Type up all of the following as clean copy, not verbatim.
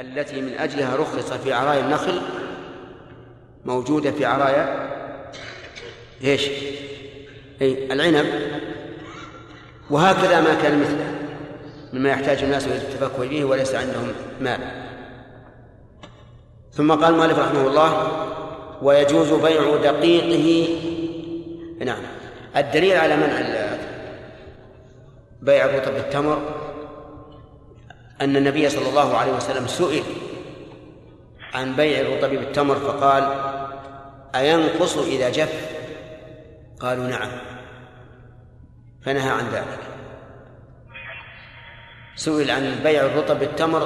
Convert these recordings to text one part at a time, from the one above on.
التي من أجلها رخص في عرايا النخل موجودة في عرايا إيش؟ العنب، وهكذا ما كان مثله مما يحتاج الناس إلى التفكه به وليس عندهم مال. ثم قال المؤلف رحمه الله: ويجوز بيع دقيقه. نعم، الدليل على منع بيع الرطب بالتمر أن النبي صلى الله عليه وسلم سئل عن بيع الرطب بالتمر فقال: أينقص إذا جف؟ قالوا: نعم، فنهى عن ذلك. سئل عن بيع الرطب بالتمر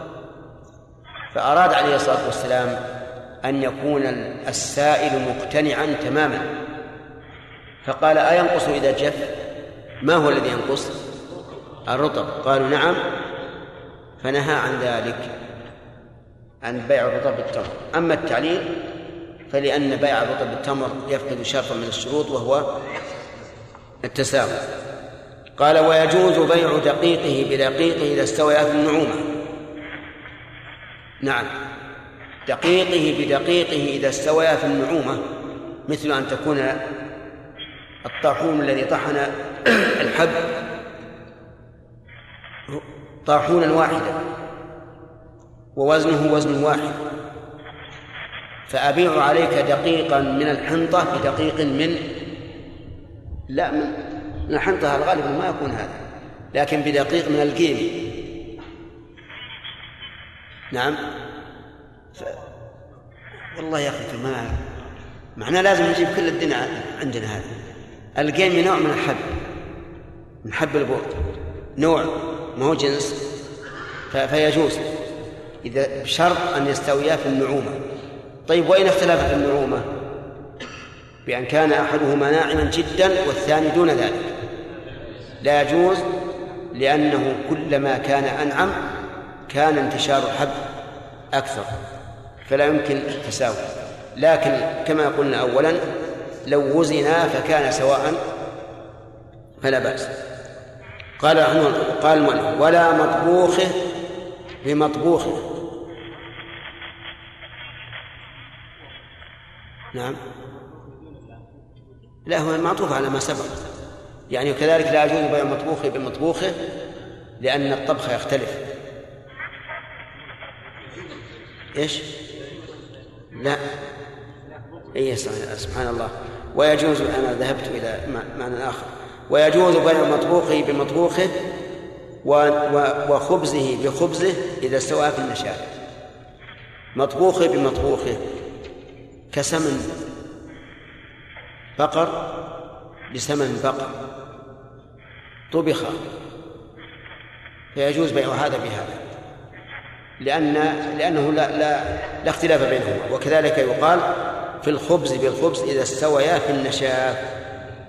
فأراد عليه الصلاة والسلام أن يكون السائل مقتنعا تماما، فقال: أينقص إذا جف؟ ما هو الذي ينقص؟ الرطب. قالوا: نعم، فنهى عن ذلك، عن بيع الرطب بالتمر. أما التعليل فلأن بيع الرطب بالتمر يفقد شرطا من الشروط وهو التساوي. قال: ويجوز بيع دقيقه بدقيقه إذا استويا في النعومة. نعم، دقيقه بدقيقه إذا استويا في النعومة، مثل أن تكون الطاحون الذي طحن الحب طاحونا واحدا ووزنه وزن واحد، فأبيع عليك دقيقا من الحنطة بدقيق من الحنطة الغالب ما يكون هذا، لكن بدقيق من القيم. نعم. والله يا أخي ما معناه لازم نجيب كل الدنيا عندنا. هذا القيم نوع من الحب، من حب البرد، نوع ما هو جنس، فيجوز إذا بشرط أن يستويا في النعومة. طيب، وإن اختلفت النعومة بأن كان أحدهما ناعما جدا والثاني دون ذلك؟ لا يجوز، لأنه كلما كان أنعم كان انتشار الحب أكثر، فلا يمكن التساوي. لكن كما قلنا أولا، لو وزنا فكان سواء فلا بأس. قال المؤلف: ولا مطبوخه بمطبوخه. نعم، لا، هو معطوف على ما سبق، يعني كذلك لا يجوز بيع مطبوخه بمطبوخه لأن الطبخ يختلف. إيش؟ لا، إيه، سبحان الله. ويجوز، أنا ذهبت إلى معنى آخر، ويجوز بيع مطبوخه بمطبوخه وخبزه بخبزه إذا استوى في النشاء. مطبوخه بمطبوخه كسمن بقر بسمن بقر طبخ، فيجوز بيع هذا بهذا لأنه لا اختلاف بينهما. وكذلك يقال في الخبز بالخبز إذا استويا في النشاء.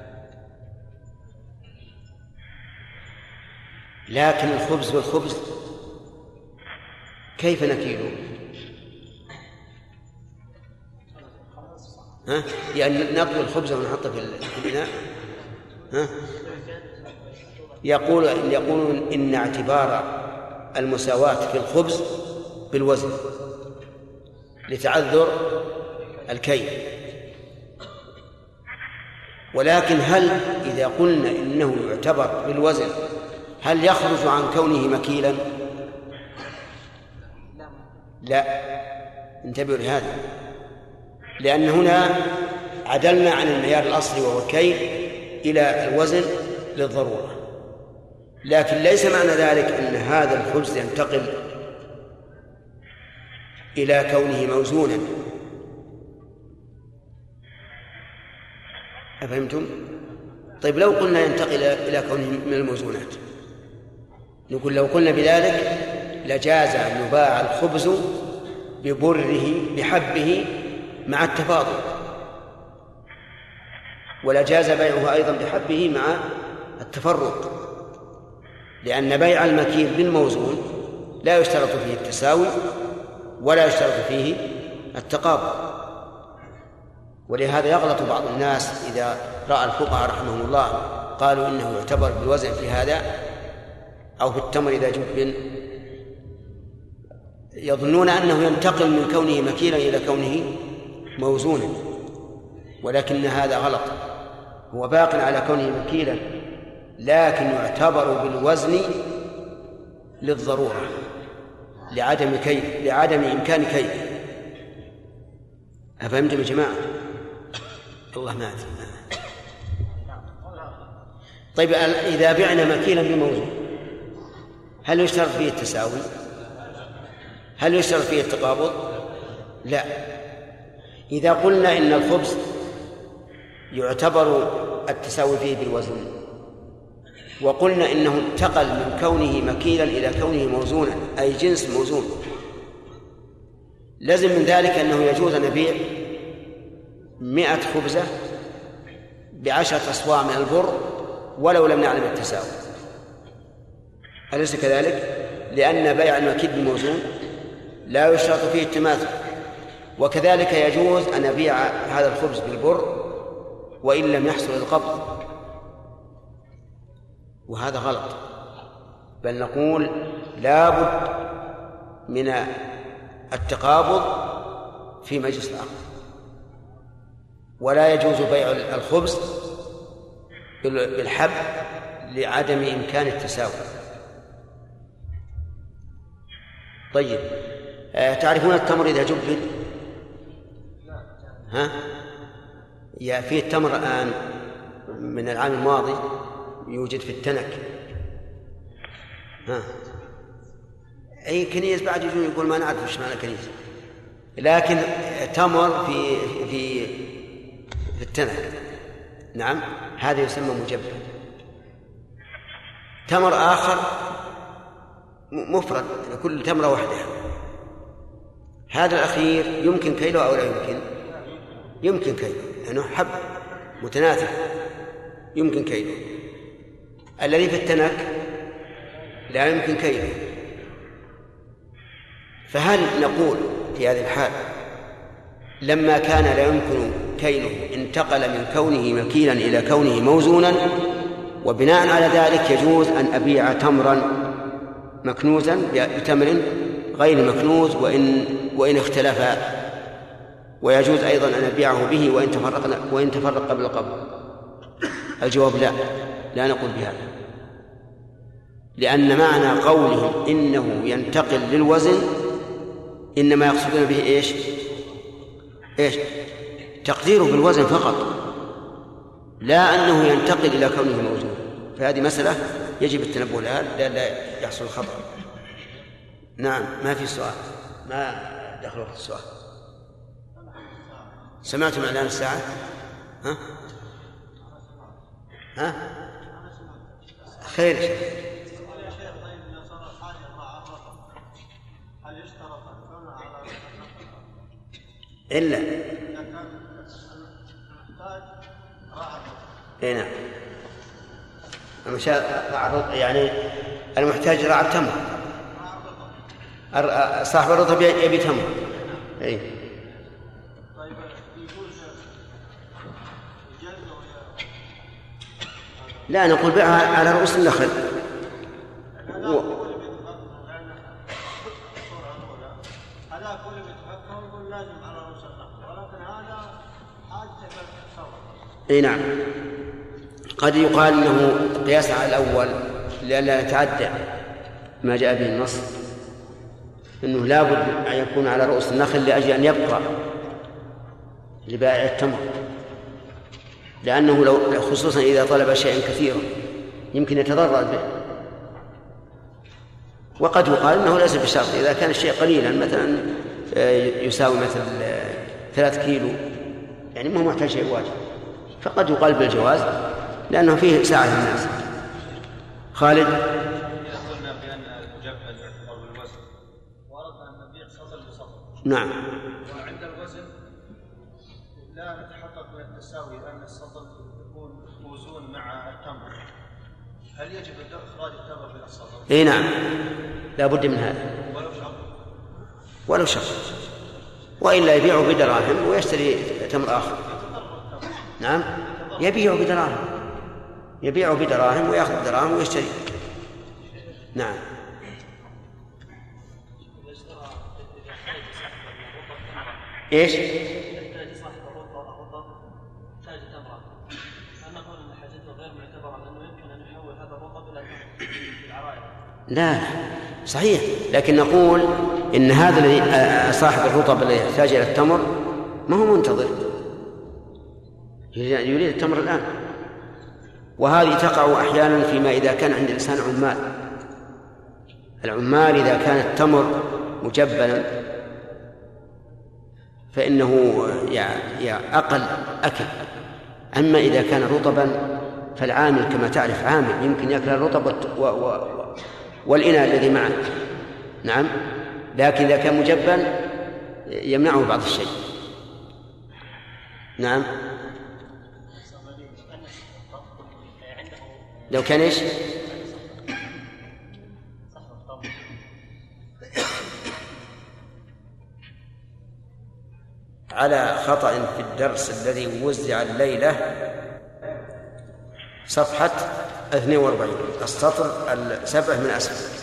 لكن الخبز بالخبز كيف نكيله؟ يعني نطوي الخبز ونحطه في الإناء. يقولون إن اعتبار المساواة في الخبز بالوزن لتعذر الكيل. ولكن هل إذا قلنا إنه يعتبر بالوزن هل يخرج عن كونه مكيلا؟ لا، انتبهوا لهذا، لأن هنا عدلنا عن المعيار الأصلي وهو الكيل إلى الوزن للضرورة. لكن ليس معنى ذلك أن هذا الخبز ينتقل إلى كونه موزونا. أفهمتم؟ طيب، لو قلنا ينتقل إلى كونه من الموزونات، نقول لو قلنا بذلك لجاز أن يباع الخبز ببره بحبه مع التفاضل، ولجاز بيعه أيضا بحبه مع التفرق، لأن بيع المكيل بالموزون لا يشترط فيه التساوي ولا يشترط فيه التقابل. ولهذا يغلط بعض الناس إذا رأى الفقهاء رحمهم الله قالوا إنه يعتبر بالوزن في هذا أو في التمر إذا جب يظنون أنه ينتقل من كونه مكيلا إلى كونه موزونا، ولكن هذا غلط، هو باق على كونه مكيلا، لكن يعتبر بالوزن للضرورة لعدم إمكان كيله. أفهمتم يا جماعة؟ الله ما أدري. طيب إذا بعنا مكيلا بموزون هل يشترط فيه التساوي؟ هل يشترط فيه التقابض؟ لا. إذا قلنا إن الخبز يعتبر التساوي فيه بالوزن، وقلنا إنه انتقل من كونه مكيلا إلى كونه موزونا أي جنس موزون، لازم من ذلك أنه يجوز أن نبيع 100 خبزة ب10 أصواع من البر ولو لم نعلم التساوي، أليس كذلك؟ لأن بيع المكيل بالموزون لا يشترط فيه التماثل. وكذلك يجوز أن أبيع هذا الخبز بالبر وإن لم يحصل القبض، وهذا غلط، بل نقول لا بد من التقابض في مجلس العقد، ولا يجوز بيع الخبز بالحب لعدم إمكان التساوي. طيب، تعرفون التمر إذا جبل؟ ها؟ فيه التمر الآن من العام الماضي يوجد في التنك. ها؟ أي كنيس بعد يجون يقول ما نعرف إيش معنى كنيس، لكن تمر في التنك، نعم، هذا يسمى مجبل. تمر آخر مفرد، كل تمرة وحدها، هذا الأخير يمكن كيله أو لا يمكن؟ يمكن كيله، لأنه حب متناثر يمكن كيله. الذي في التنك لا يمكن كيله. فهل نقول في هذه الحال لما كان لا يمكن كيله انتقل من كونه مكيلا إلى كونه موزونا، وبناء على ذلك يجوز أن أبيع تمرا مكنوزا بتمر غير مكنوز وإن اختلفا، ويجوز أيضا أن أبيعه به وإن تفرق قبل القبض؟ الجواب لا نقول بهذا، لأن معنى قولهم إنه ينتقل للوزن إنما يقصدون به إيش؟ تقديره بالوزن فقط، لا أنه ينتقل إلى كونه موزون. فهذه مسألة يجب التنبه لها لا يحصل الخطأ. نعم، ما في سؤال، ما دخل وقت السؤال. سمعتم إعلان الساعة؟ ها؟ خير. إلا نعم، يعني المحتاج راعى التمر، صاحب الرطب يبي تمر. لا، نقول بيعها على رؤوس النخل. نعم، قد يقال انه قياس على الاول لئلا يتعدى ما جاء به النص، انه لا بد ان يكون على رؤوس النخل لاجل ان يبقى لبائع التمر، لانه لو خصوصا اذا طلب شيئا كثيرا يمكن يتضرر به. وقد يقال انه ليس بشرط، اذا كان الشيء قليلا مثلا يساوي مثلا 3 كيلو، يعني ما هو محتاج شيء واجب، فقد يقال بالجواز لأنه فيه ساعة للناس. خالد، إذا قلنا بأن المجبل يعتبر بالوزن وأردنا أن نبيع سطل بسطل، نعم، وعند الوزن لا نتحقق من التساوي لأن السطل يكون موزون مع التمر، هل يجب إخراج التمر من السطل؟ نعم، لا بد من هذا ولو شق، وإلا يبيعه بدراهم ويشتري تمر آخر. نعم، يبيعه بدراهم ويأخذ دراهم ويشتري. نعم. إيش؟ يحتاج صاحب الرطب تاج تمرة، هل نقول أن حاجته غير معتبرة لأنه يمكن أن يحول هذا الرطب إلى تمر في العرائض؟ لا صحيح، لكن نقول إن هذا الذي صاحب الرطب الذي يحتاج إلى التمر ما هو منتظر، يريد التمر الآن. وهذه تقع أحيانا فيما إذا كان عند الإنسان عمال. العمال إذا كان التمر مجبلا فإنه أقل أكل، أما إذا كان رطبا فالعامل كما تعرف عامل يمكن يأكل الرطب والإناء الذي معه. نعم، لكن إذا كان مجبل يمنعه بعض الشيء. نعم، لو كان إيش؟ على خطأ في الدرس الذي وزع الليلة صفحة 42 السطر 7 من أسفل.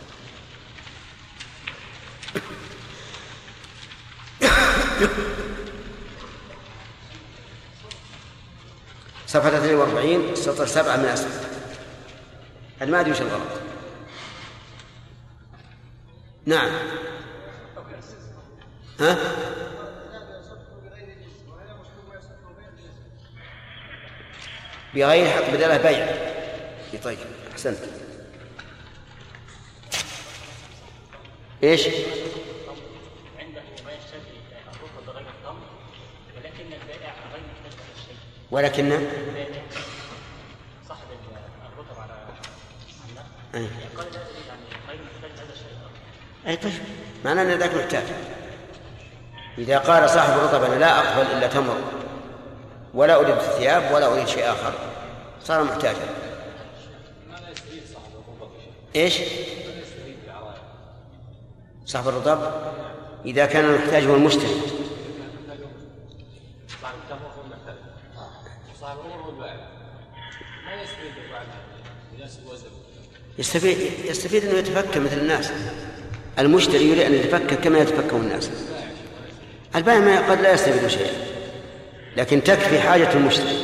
صفحة 42 السطر 7 من أسفل. أنا ما أدري وش الغلط. نعم، ها؟ بغير حق بدله بيع. طيب أحسنت. إيش؟ عنده ما يشتري الرطب بغير التمر، ولكن البائع غير محتاج هذا الشيء. ولكن صاحب الرطب على قال لا أريد يعني غير محتاج هذا الشيء. أي طيب، معناه أن ذاك محتاج. إذا قال صاحب الرطب أنا لا أقبل إلا تمر ولا أريد الثياب ولا أريد شيء آخر صار محتاجا. إيش؟ صاحب الرطب إذا كان المحتاج هو المشتري. يستفيد أنه يتفكر مثل الناس. المشتري يريد أن يتفكر كما يتفكر الناس. البائع قد لا يستفيد شيئا، لكن تكفي حاجة المشتري.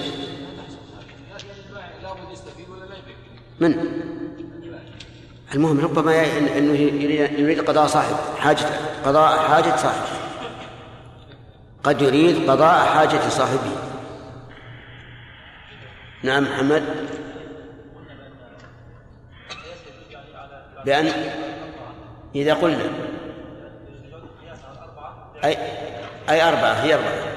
من المهم ربما أنه يريد قضاء حاجة صاحبه، قد يريد قضاء حاجة صاحبه. نعم محمد، بأن إذا قلنا أي 4 هي 4.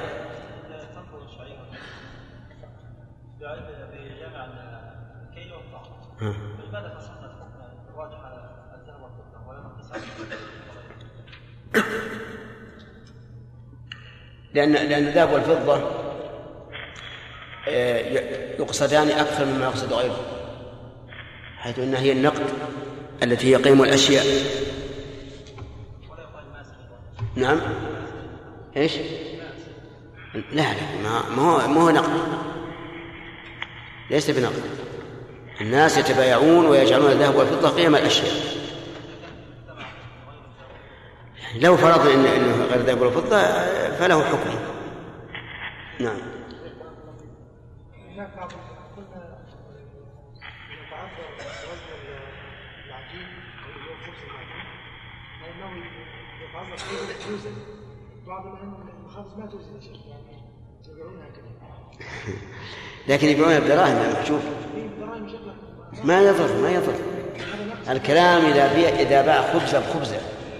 لأن الذهب والفضة يقصدان أكثر مما يقصد غيره، حيث أنها هي النقد التي هي قيم الأشياء. نعم، إيش؟ لا ما هو نقد، ليس بنقد. الناس يتبايعون ويجعلون الذهب والفضة قيم الأشياء. لو فرضنا إنه غير الذهب والفضة فله حكم. نعم. لكن يبيعونها بدراهم يا محجوب، ما يضر. الكلام إذا باع خبزة بخبزة.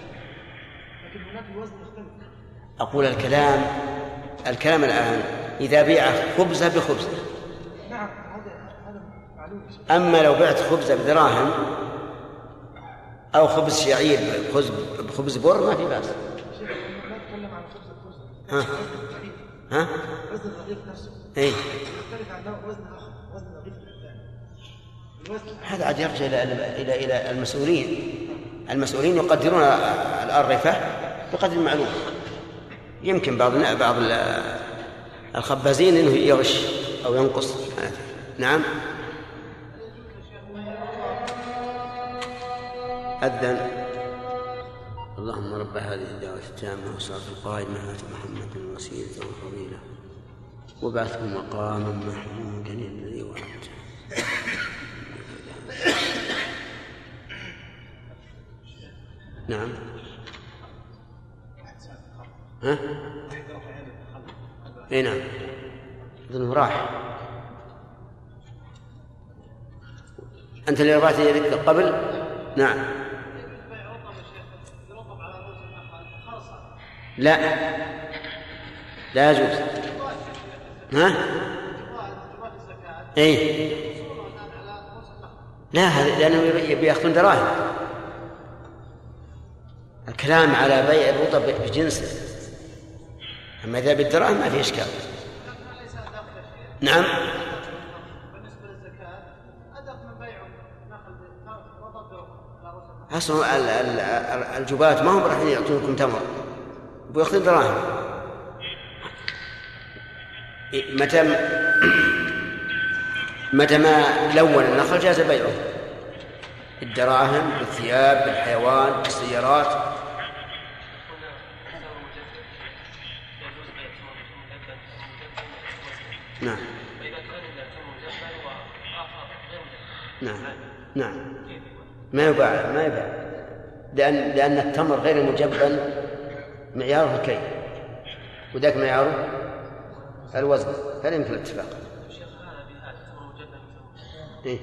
أقول الكلام الآن إذا بيع خبزة بخبزة. أما لو بعت خبزة بدراهم أو خبز شعير بخبز بر ما في بأس. ها؟ وزن الرغيف نفسه يختلف عن وزن آخر، وزن الرغيف الثاني. هذا عاد يرجع إلى المسؤولين يقدرون الأرغفة بقدر المعلوم. يمكن بعض الخبازين إنه يغش أو ينقص. نعم. أذن اللهم رب هذه الدعوة التامة والصلاة القائمة آت محمد الوسيلة والفضيلة وابعثه مقاما محمودا الذي وعدته. نعم. ها؟ اي نعم. اظنه راح. انت اللي رفعت يدك قبل. نعم. لا لا يجوز. ها؟ اي لا، هذا لانه بياخذون دراهم. الكلام على بيع الرطب بجنسه، اما اذا بالدراهم ما في اشكال. نعم. بالنسبه للزكاه ادق من بيع نخل رطب. اصلا الجبات ما هم راح يعطونكم تمر، بياخذون دراهم. متى ما لون النخل جاز بيعه بالدراهم، بالثياب، بالحيوان، بالسيارات. نعم نعم نعم. ما يباع لأن التمر غير المجبن معياره الكيل، وذاك معياره الوزن، فلا يمكن الاتفاق. إيه؟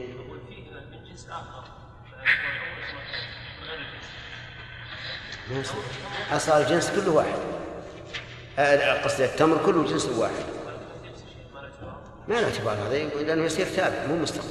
أصل الجنس كله واحد، قصد التمر كله جنس واحد، ما له اعتبار هذا، لأنه يصير تابع مو مستقل.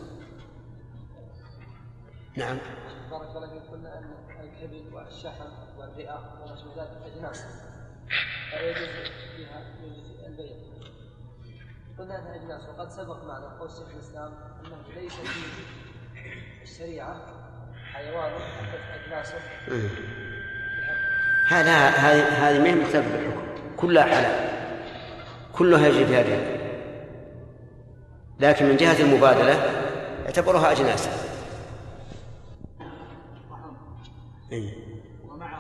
نعم. بارك الله فيك. قلنا أن الكبد والشحم والرئة والمشمولات أجناس فيجوز فيها البيع. قلنا أنها أجناس، وقد سبق معنا قول شيخ الإسلام أنه ليس في الشريعة حيوان أجناسه. هذه ما هي مختلفة بالحكم، كلها حلال، كلها يجري فيها الربا، لكن من جهة المبادلة يعتبرها أجناس. ومعه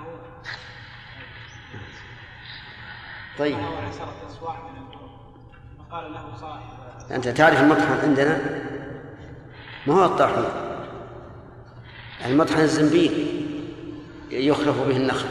طيب. عشرة أسواع من البر، فقال له صاحب. أنت تعرف المطحن عندنا ما هو الطاحون، المطحن الزنبيل يخلف به النخل.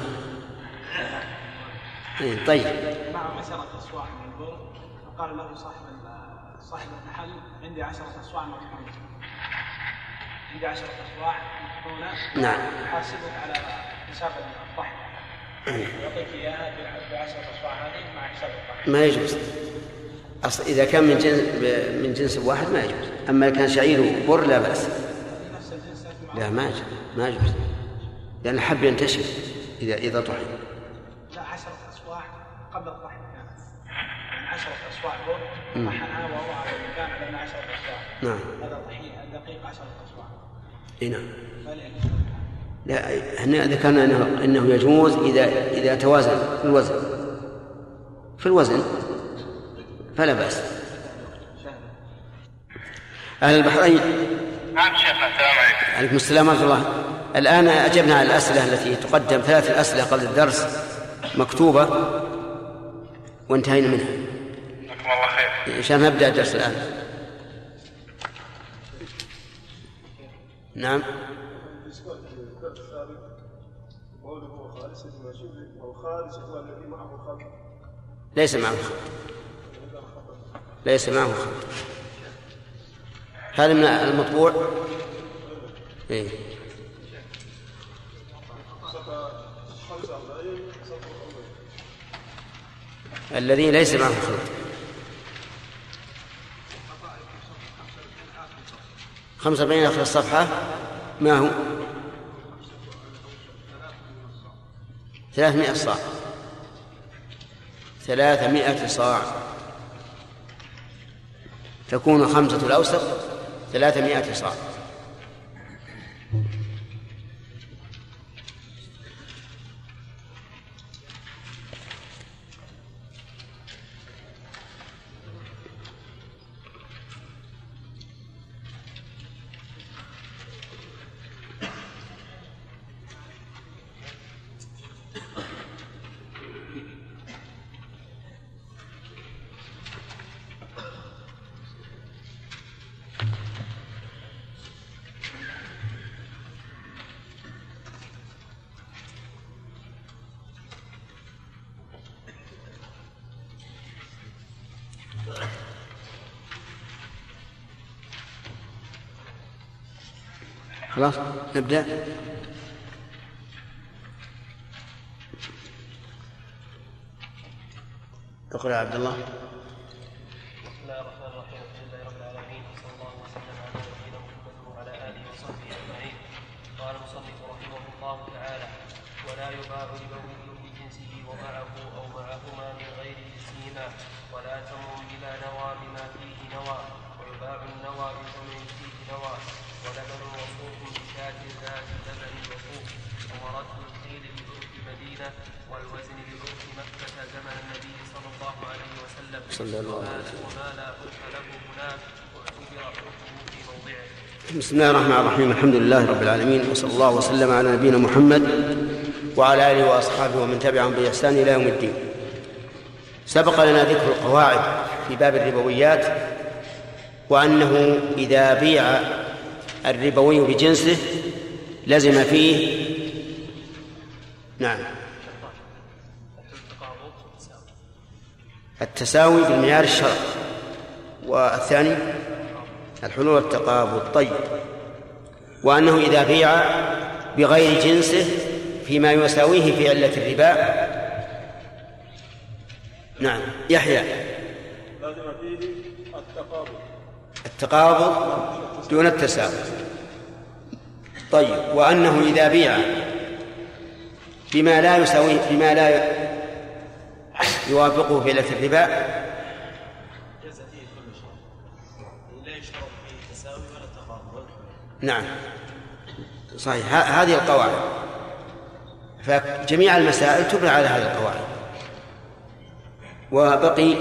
طيب. معه 10 أسواع من البر، فقال له صاحب المحل عندي 10 أسواع مطحونة، عندي 10 أسواع مطحونة. نعم. حاسبك على حساب الطحن، يعطيك إياها ب10 أسواع هذه مع حساب الطحن. ما يجوز. أصل إذا كان من جنس واحد ما يجوز، أما كان شعير بر لا بأس. لا ما يجوز لأن الحب ينتشر إذا طحن. لا 10 أسواع قبل الطحن كانت، يعني 10 أسواع بر طحنها وهو على المكان على أنها 10 أسواع. نعم. هذا طحين الدقيق 10 أسواع. نعم. لا هنا ذكرنا أنه يجوز إذا توازن في الوزن فلا بأس. أهل البحرين. نعم شيخنا. السلام عليكم. عليكم السلام ورحمة الله. الآن أجبنا على الأسئلة التي تقدم، 3 أسئلة قبل الدرس مكتوبة وانتهينا منها. جزاكم الله خير. عشان نبدأ الدرس الآن. نعم. ليس معه خط. هذا من المطبوع. إيه؟ الذي ليس معه خط 45 آخر الصفحة. ما هو 300 صاع. 300 صاع تكون 5 الأوسط 300 صاع. خلاص نبدأ. اقرأ يا عبد الله. بسم الله الرحمن الرحيم. الحمد لله رب العالمين، صلى الله وسلم على نبينا محمد وعلى اله وصحبه اجمعين. قال المصنف رحمه الله تعالى: ولا يباع لبوي بجنسه ومعه او معهما من غير جنسهما، ولا تمر بلا نوى بما فيه نوى، ويباع النوى بثمن فيه نوى، ولبن وصوف بشاة ذات لبن وصوف، ومرد الخيل لعرف المدينة، والوزن لعرف مكة زمن النبي صلى الله عليه وسلم، وما لا عرف له هناك واعتبر عرفه في موضعه. بسم الله الرحمن الرحيم. الحمد لله رب العالمين، وصلى الله وسلم على نبينا محمد وعلى آله وأصحابه ومن تبعهم بإحسان إلى يوم الدين. سبق لنا ذكر القواعد في باب الربويات، وأنه إذا بيع الربوي بجنسه لزم فيه التساوي بالمعيار الشرعي، والثاني الحلول والتقابض. طيب، وأنه إذا بيع بغير جنسه فيما يساويه في علة الربا. نعم يحيى. لازم فيه التقابض دون التساوي. طيب، وأنه إذا بيع بما لا يساويه، بما لا يوافقه في علة الربا، جاز فيه كل شيء، لا يشترط فيه التساوي ولا التقابض. نعم صحيح، هذه القواعد، فجميع المسائل تبنى على هذه القواعد. وبقي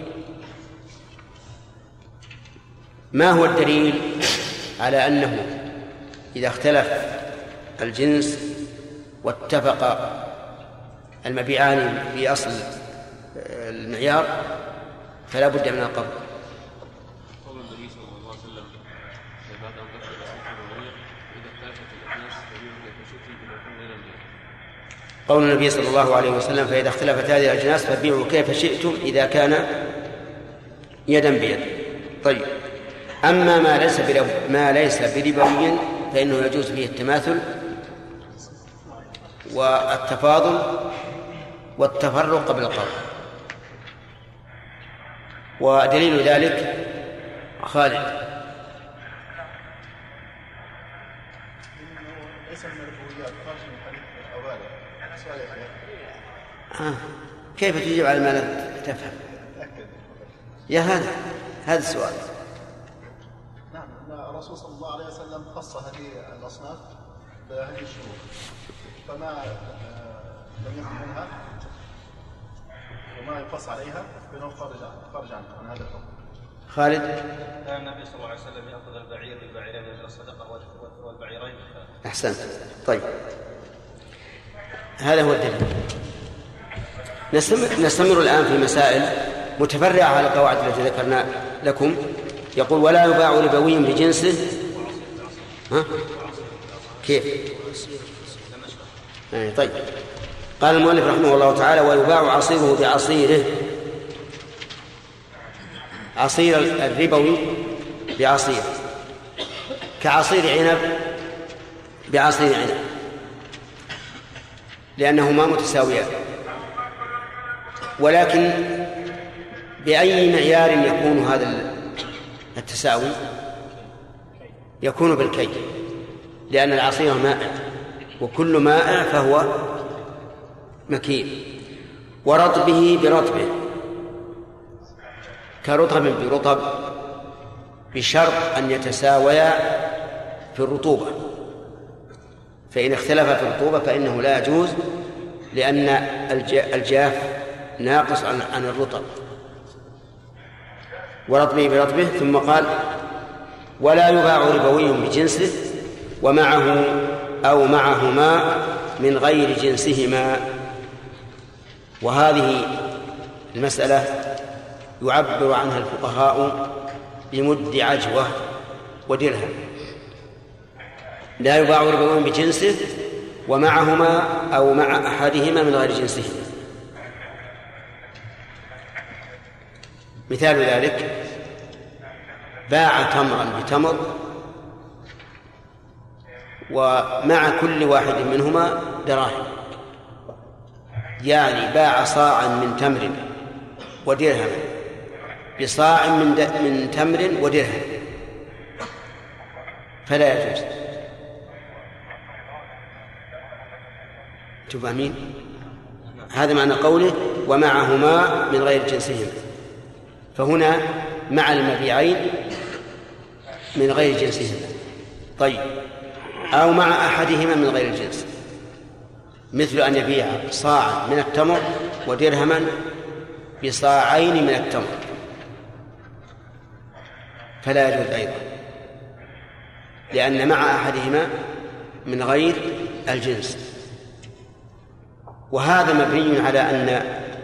ما هو الدليل على أنه إذا اختلف الجنس واتفق المبيعان في أصل المعيار فلا بد من القبض؟ قول النبي صلى الله عليه وسلم بعد أن ذكر الربوية: إذا اختلفت الأجناس فبيعوا كيف شئتم بما كنا نملك. قول النبي صلى الله عليه وسلم: فإذا اختلفت هذه الأجناس فبيعوا كيف شئتم إذا كان يدا بيد. طيب، أما ما ليس بربوي فإنه يجوز فيه التماثل والتفاضل والتفرق قبل القبض. ودليل ذلك خالد. ليس من الربويات، خارج من حديث أوالي. سؤال يا شيخ. كيف تجيب على ما لا تفهم؟ يا هذا السؤال. نعم، الرسول صلى الله عليه وسلم خص هذه الأصناف بهذه الشروط، فما لم يكن منها وما يقص عليها فإنه خارج عن هذا الحكم. خالد. كان النبي صلى الله عليه وسلم يأخذ البعير بالبعيرين من الصدقة والبعيرين. أحسنت. طيب، هذا هو الدليل. نستمر الآن في مسائل متفرعة على القواعد التي ذكرنا لكم. يقول: ولا يباع ربوي بجنسه. كيف؟ طيب، قال المؤلف رحمه الله تعالى: ويباع عصيره بعصيره. عصير الربوي بعصير، كعصير عنب بعصير عنب، لأنهما متساويان. ولكن بأي معيار يكون هذا التساوي؟ يكون بالكي، لأن العصير مائع، وكل مائع فهو مكيل. ورطبه برطبه، كرطب برطب، بشرط أن يتساويا في الرطوبة، فإن اختلف في الرطوبة فإنه لا يجوز، لأن الجاف ناقص عن الرطب. ورطبه برطبه. ثم قال: ولا يباع ربوي بجنسه ومعه أو معهما من غير جنسهما. وهذه المسألة يعبر عنها الفقهاء بمد عجوة ودرهم. لا يباع ربوي بجنسه ومعهما أو مع أحدهما من غير جنسهما. مثال ذلك: باع تمرا بتمر ومع كل واحد منهما دراهم، يعني باع صاعا من تمر ودرهم بصاع من تمر ودرهم فلا يجوز. تفهمين؟ هذا معنى قوله ومعهما من غير جنسهما، فهنا مع المبيعين من غير جنسهما. طيب، أو مع أحدهما من غير الجنس، مثل أن يبيع صاعا من التمر ودرهما بصاعين من التمر فلا يجوز أيضا، لأن مع أحدهما من غير الجنس. وهذا مبني على أن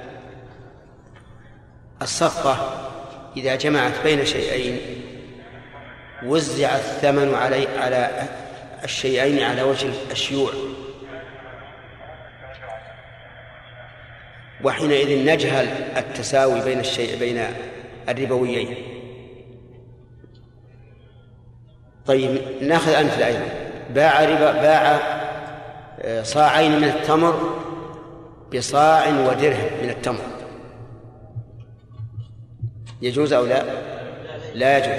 الصفقة إذا جمعت بين شيئين وزع الثمن على الشيئين على وجه الشيوع، وحينئذ نجهل التساوي بين الربويين. طيب، نأخذ أمثلة أيضا. باع صاعين من التمر بصاع ودرهم من التمر، يجوز أو لا؟ لا يجوز،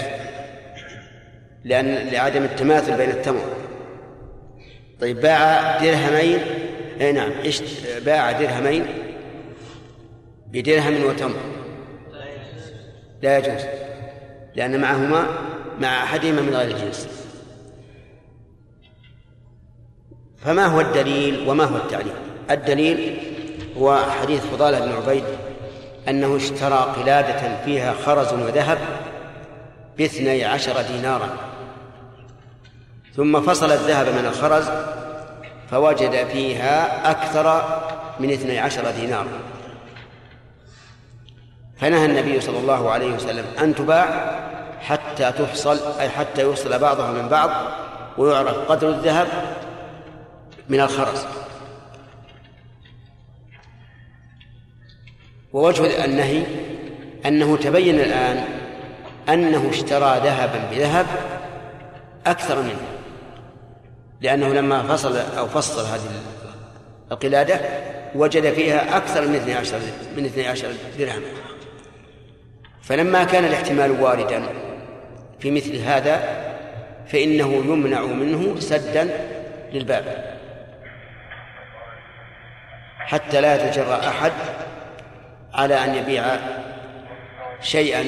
لعدم التماثل بين التمر. طيب، باع درهمين، نعم، باع درهمين بدرهم وتمر لا يجوز، لأن مع أحدهما من غير الجنس. فما هو الدليل وما هو التعليل؟ الدليل هو حديث فضالة بن عبيد أنه اشترى قلادة فيها خرز وذهب ب12 دينارا، ثم فصل الذهب من الخرز فوجد فيها أكثر من 12 دينارا، فنهى النبي صلى الله عليه وسلم أن تباع حتى تفصل، أي حتى يفصل بعضها من بعض ويعرف قدر الذهب من الخرز. ووجه النهي أنه تبين الآن أنه اشترى ذهبا بذهب أكثر منه، لأنه لما فصل هذه القلادة وجد فيها أكثر من 12 درهم. فلما كان الاحتمال واردا في مثل هذا فإنه يمنع منه سدا للباب، حتى لا يتجرأ أحد على أن يبيع شيئا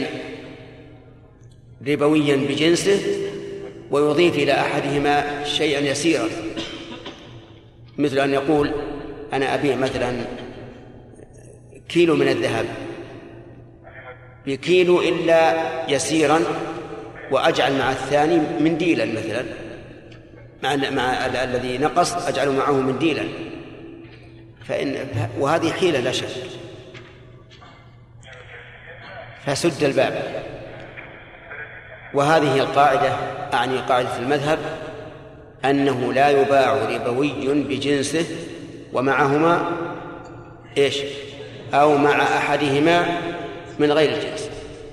ربويا بجنسه ويضيف إلى أحدهما شيئا يسيرا، مثل أن يقول أنا أبيع مثلا كيلو من الذهب بكيلو إلا يسيرا وأجعل مع الثاني منديلا مثلا، مع الذي نقص أجعل معه منديلا، وهذه حيلة لا شك، فسد الباب. وهذه القاعدة، أعني قاعدة المذهب، أنه لا يباع ربوي بجنسه ومعهما إيش؟ أو مع أحدهما من غير الجنس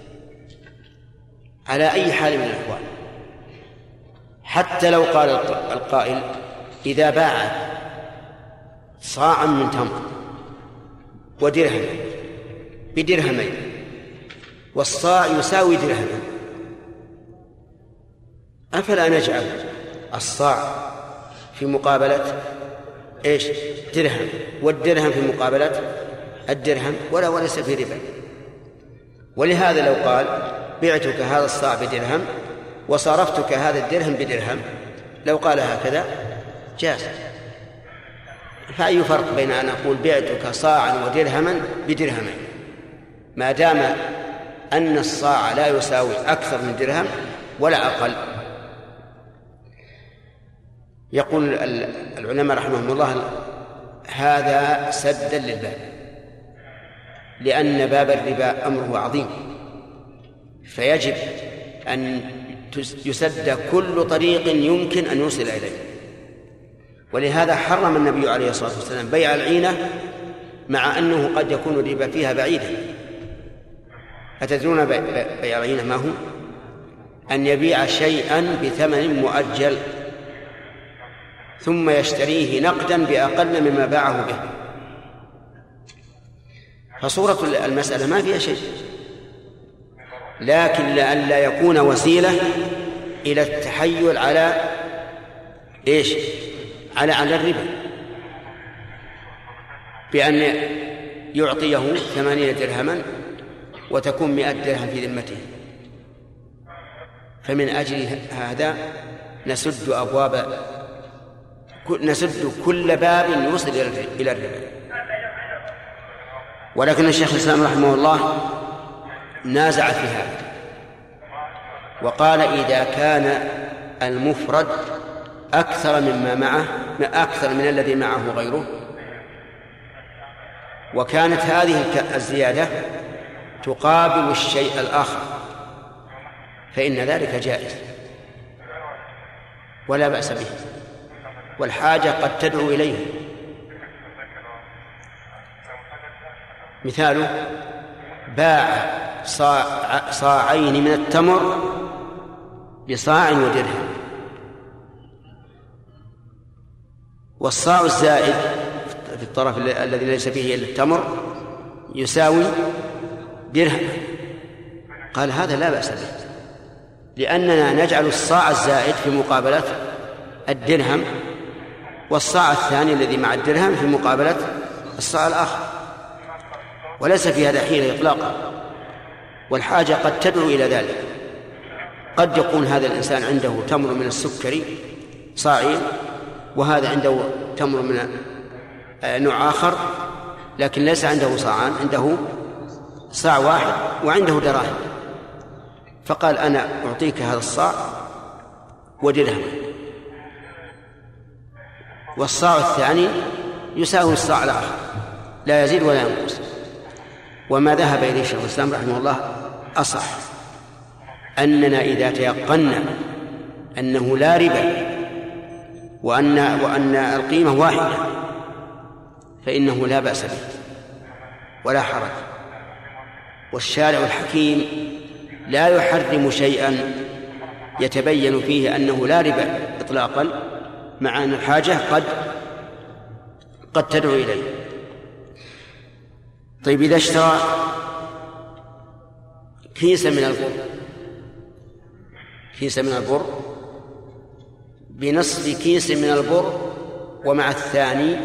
على أي حال من الأحوال. حتى لو قال القائل إذا باع صاعا من تمر ودرهم بدرهمين والصاع يساوي درهما، أفلا نجعل الصاع في مقابلة إيش؟ درهم، والدرهم في مقابلة الدرهم، وليس في ربا. ولهذا لو قال بعتك هذا الصاع بدرهم وصرفتك هذا الدرهم بدرهم، لو قال هكذا جاز. فأي فرق بين أن أقول بعتك صاعا ودرهما بدرهمين ما دام أن الصاع لا يساوي أكثر من درهم ولا أقل؟ يقول العلماء رحمهم الله هذا سدا للباب، لأن باب الربا أمره عظيم، فيجب أن يسد كل طريق يمكن أن يوصل إليه. ولهذا حرم النبي عليه الصلاة والسلام بيع العينة، مع أنه قد يكون الربا فيها بعيدا. أتدرون بيع العينة ما هو؟ أن يبيع شيئا بثمن مؤجل، ثم يشتريه نقدا بأقل مما باعه به. فصورة المسألة ما فيها شيء، لكن لئلا يكون وسيلة إلى التحيل على إيش؟ على الربا، بأن يعطيه 8 درهما وتكون 100 درهم في ذمته. فمن أجل هذا نسد كل باب يوصل إلى الربا. ولكن الشيخ الإسلام رحمه الله نازع في هذا وقال: إذا كان المفرد أكثر من الذي معه غيره، وكانت هذه الزيادة تقابل الشيء الآخر، فإن ذلك جائز ولا بأس به، والحاجة قد تدعو إليه. مثاله: باع صاعين من التمر بصاع ودرهم، والصاع الزائد في الطرف الذي ليس فيه إلا التمر يساوي درهم. قال: هذا لا بأس به، لأننا نجعل الصاع الزائد في مقابلة الدرهم، والصاع الثاني الذي مع الدرهم في مقابلة الصاع الآخر، وليس في هذا حيلة إطلاقا، والحاجة قد تدعو إلى ذلك. قد يكون هذا الإنسان عنده تمر من السكر صاعين، وهذا عنده تمر من نوع آخر، لكن ليس عنده صاعان، عنده صاع واحد وعنده دراهم، فقال: أنا أعطيك هذا الصاع ودرهم، والصاع الثاني يساوي الصاع الآخر، لا يزيد ولا ينقص. وما ذهب إليه شيخ الإسلام رحمه الله أصح، أننا إذا تيقنا أنه لا ربا وأن القيمة واحدة فإنه لا بأس به ولا حرج. والشارع الحكيم لا يحرم شيئا يتبين فيه أنه لا ربا إطلاقا، مع أن الحاجة قد تدعو إليه. طيب، إذا اشترى كيسا من البر بنصف كيس من البر ومع الثاني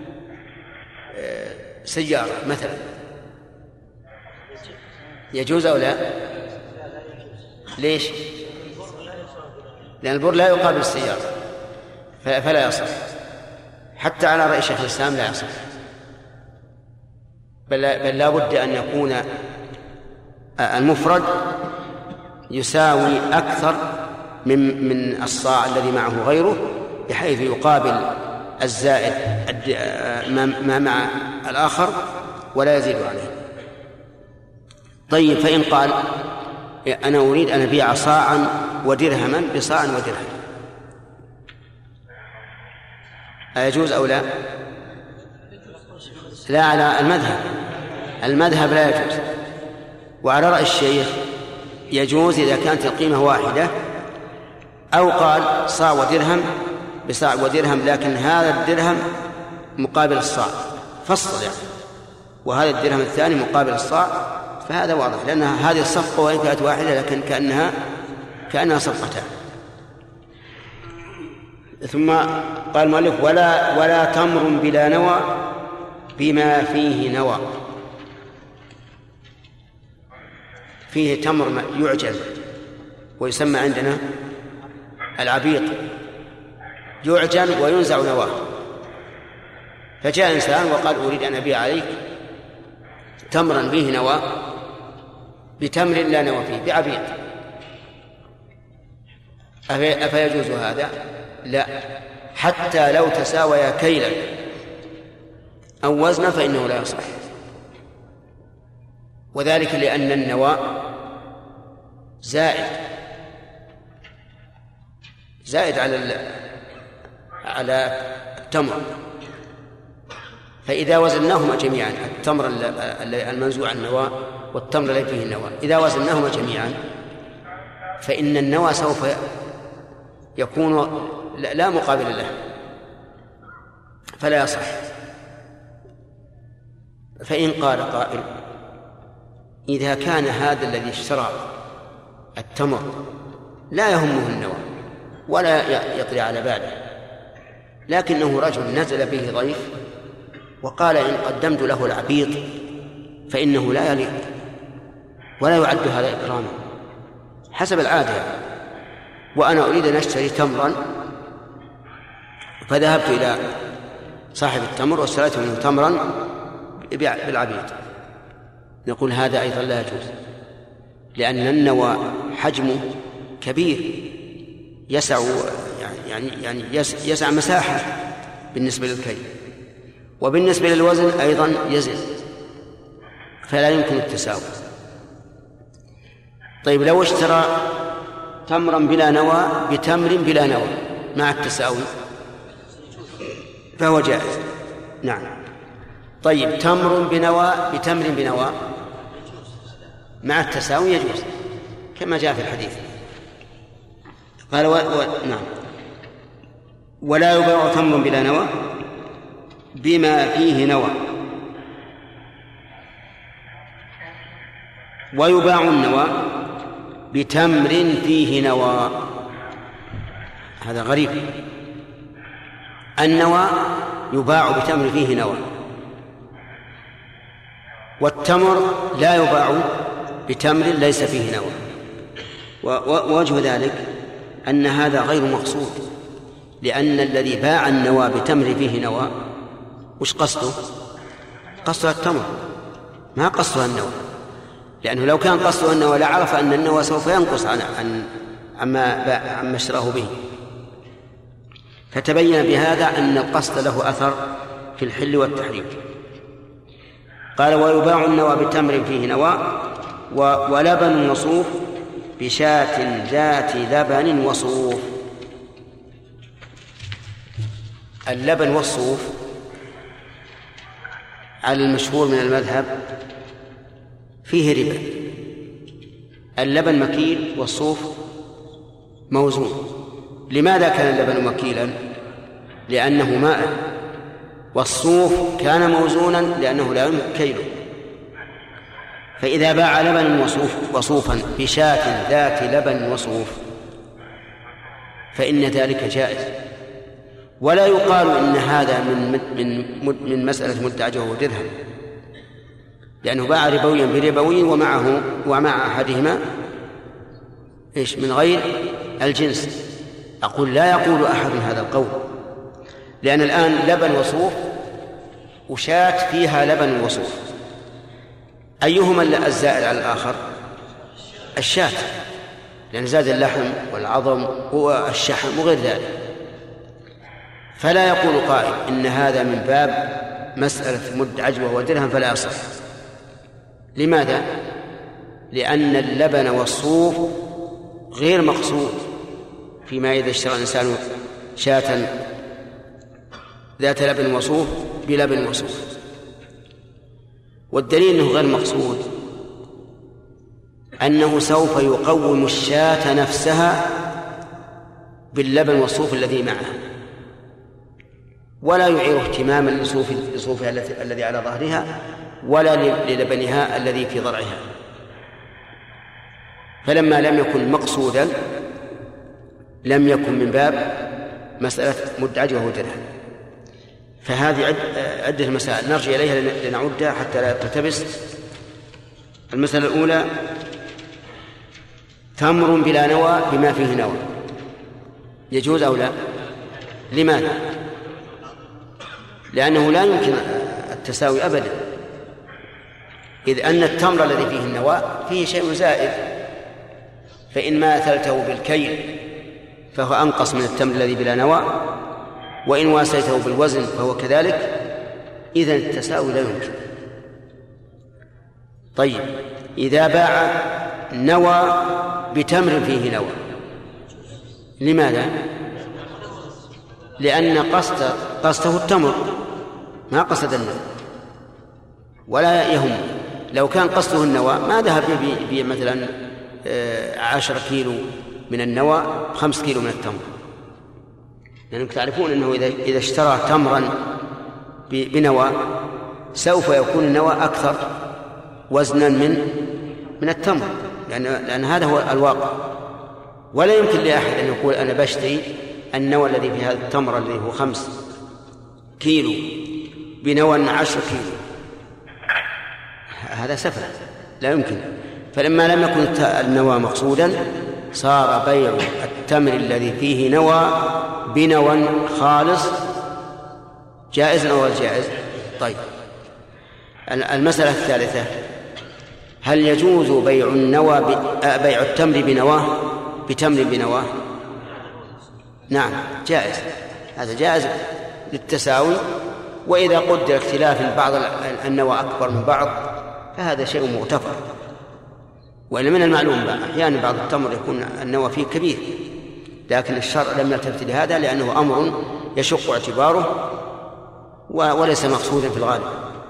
سيارة مثلا، يجوز أو لا؟ ليش؟ لأن البر لا يقابل السيارة فلا يصح، حتى على رأي شيخ الإسلام لا يصح، بل لا بد أن يكون المفرد يساوي أكثر من الصاع الذي معه غيره، بحيث يقابل الزائد ما مع الآخر ولا يزيد عليه. طيب، فإن قال: أنا أريد أن أبيع صاعا ودرهما بصاع ودرهم، أيجوز أو لا؟ لا، على المذهب لا يجوز، وعلى رأي الشيخ يجوز إذا كانت القيمة واحدة، أو قال صاع ودرهم بصاع ودرهم، لكن هذا الدرهم مقابل الصاع، فصل يعني، وهذا الدرهم الثاني مقابل الصاع، فهذا واضح، لأن هذه الصفقة وإن كانت واحدة لكن كأنها صفقتان. ثم قال المؤلف: ولا تمر بلا نوى بما فيه نوى. فيه تمر يعجن ويسمى عندنا العبيط، يعجن وينزع نواه. فجاء إنسان وقال: أريد أن أبيع عليك تمرا به نوى بتمر لا نوى فيه بعبيط، أفيجوز هذا؟ لا، حتى لو تساويا كيلا أو وزنا فإنه لا يصح، وذلك لأن النوى زائد على التمر، فإذا وزناهما جميعا، التمر المنزوع النوى والتمر الذي فيه النوى، إذا وزناهما جميعا فإن النوى سوف يكون لا مقابل له، فلا يصح. فإن قال قائل إذا كان هذا الذي اشترى التمر لا يهمه النوى ولا يطري على باله، لكنه رجل نزل به ضيف وقال إن قدمت له العبيط فإنه لا يليق ولا يعد هذا إكراما حسب العادة، وأنا أريد أن أشتري تمرا فذهبت إلى صاحب التمر واشتريت منه تمرا بالعبيط، نقول هذا أيضا لا يجوز، لأن النوى حجمه كبير يسع مساحة بالنسبة للكي، وبالنسبة للوزن أيضا يزن، فلا يمكن التساوي. طيب لو اشترى تمرا بلا نوى بتمر بلا نوى مع التساوي فهو جائز. نعم. طيب تمر بنوى بتمر بنوى مع التساوي يجوز كما جاء في الحديث. قال نعم. ولا يباع تمر بلا نوى بما فيه نوى، ويباع النوى بتمر فيه نوى. هذا غريب، النوى يباع بتمر فيه نوى، والتمر لا يباع بتمر ليس فيه نوى. ووجه ذلك أن هذا غير مقصود، لأن الذي باع النوى بتمر فيه نوى وش قصده؟ قصده التمر، ما قصده النوى، لأنه لو كان قصده النوى لعرف أن النوى سوف ينقص عما اشتراه به، فتبين بهذا أن القصد له أثر في الحل والتحريم. قال ويباع النوى بتمر فيه نوى ولبن وصوف بشاة ذات لبن وصوف. اللبن والصوف على المشهور من المذهب فيه ربا، اللبن مكيل والصوف موزون. لماذا كان اللبن مكيلا؟ لأنه ماء، والصوف كان موزونا لأنه لا يمكن كيله. فإذا باع لبن وصوفا بشاة ذات لبن وصوف فإن ذلك جائز، ولا يقال إن هذا من مسألة مدعجة ودرهم، لأنه باع ربويا بربوي ومع أحدهما من غير الجنس. أقول لا يقول أحد هذا القول، لأن الآن لبن وصوف وشاة فيها لبن وصوف، أيهما الزائد على الآخر؟ الشاة، لأن زاد اللحم والعظم والشحم وغير ذلك. فلا يقول قائل إن هذا من باب مسألة مد عجوة ودرهم فلا يصح. لماذا؟ لأن اللبن والصوف غير مقصود فيما إذا اشترى الإنسان شاة ذات لبن وصوف بلبن وصوف، والدليل أنه غير مقصود أنه سوف يقوم الشاة نفسها باللبن والصوف الذي معها، ولا يعير اهتماما لصوفها الذي على ظهرها ولا للبنها الذي في ضرعها. فلما لم يكن مقصودا لم يكن من باب مسألة مدعج وهو درهم. فهذه عدة مسائل نرجع إليها لنعدها حتى لا تلتبس. المسألة الأولى تمر بلا نوى بما فيه نوى يجوز أو لا؟ لماذا؟ لأنه لا يمكن التساوي أبدا، إذ أن التمر الذي فيه النوى فيه شيء زائد، فإن ماثلته بالكيل فهو أنقص من التمر الذي بلا نوى، وإن واسيته بالوزن فهو كذلك، إذن التساوي لا يمكن. طيب إذا باع نوى بتمر فيه نوى لماذا؟ لأن قصده التمر ما قصد النوى، ولا يهم. لو كان قصده النوى ما ذهب مثلا 10 كيلو من النوى 5 كيلو من التمر، لأنكم تعرفون أنه إذا اشترى تمرا بنوى سوف يكون النوى أكثر وزنا من التمر، لأن هذا هو الواقع. ولا يمكن لأحد أن يقول أنا بشتري النوى الذي في هذا التمر الذي هو 5 كيلو بنوى 10 كيلو، هذا سفه لا يمكن. فلما لم يكن النوى مقصودا صار بيع التمر الذي فيه نوى بنوى خالص جائز أو غير جائز. طيب، المسألة الثالثة: هل يجوز بيع التمر بنواه بتمر بنواه؟ نعم جائز، هذا جائز للتساوي، وإذا قدر اختلاف بعض النوى أكبر من بعض فهذا شيء مغتفر. وإن من المعلوم أحيانا بعض التمر يكون النوى فيه كبير، لكن الشرع لم يلتفت لهذا لأنه أمر يشق اعتباره وليس مقصودا في الغالب.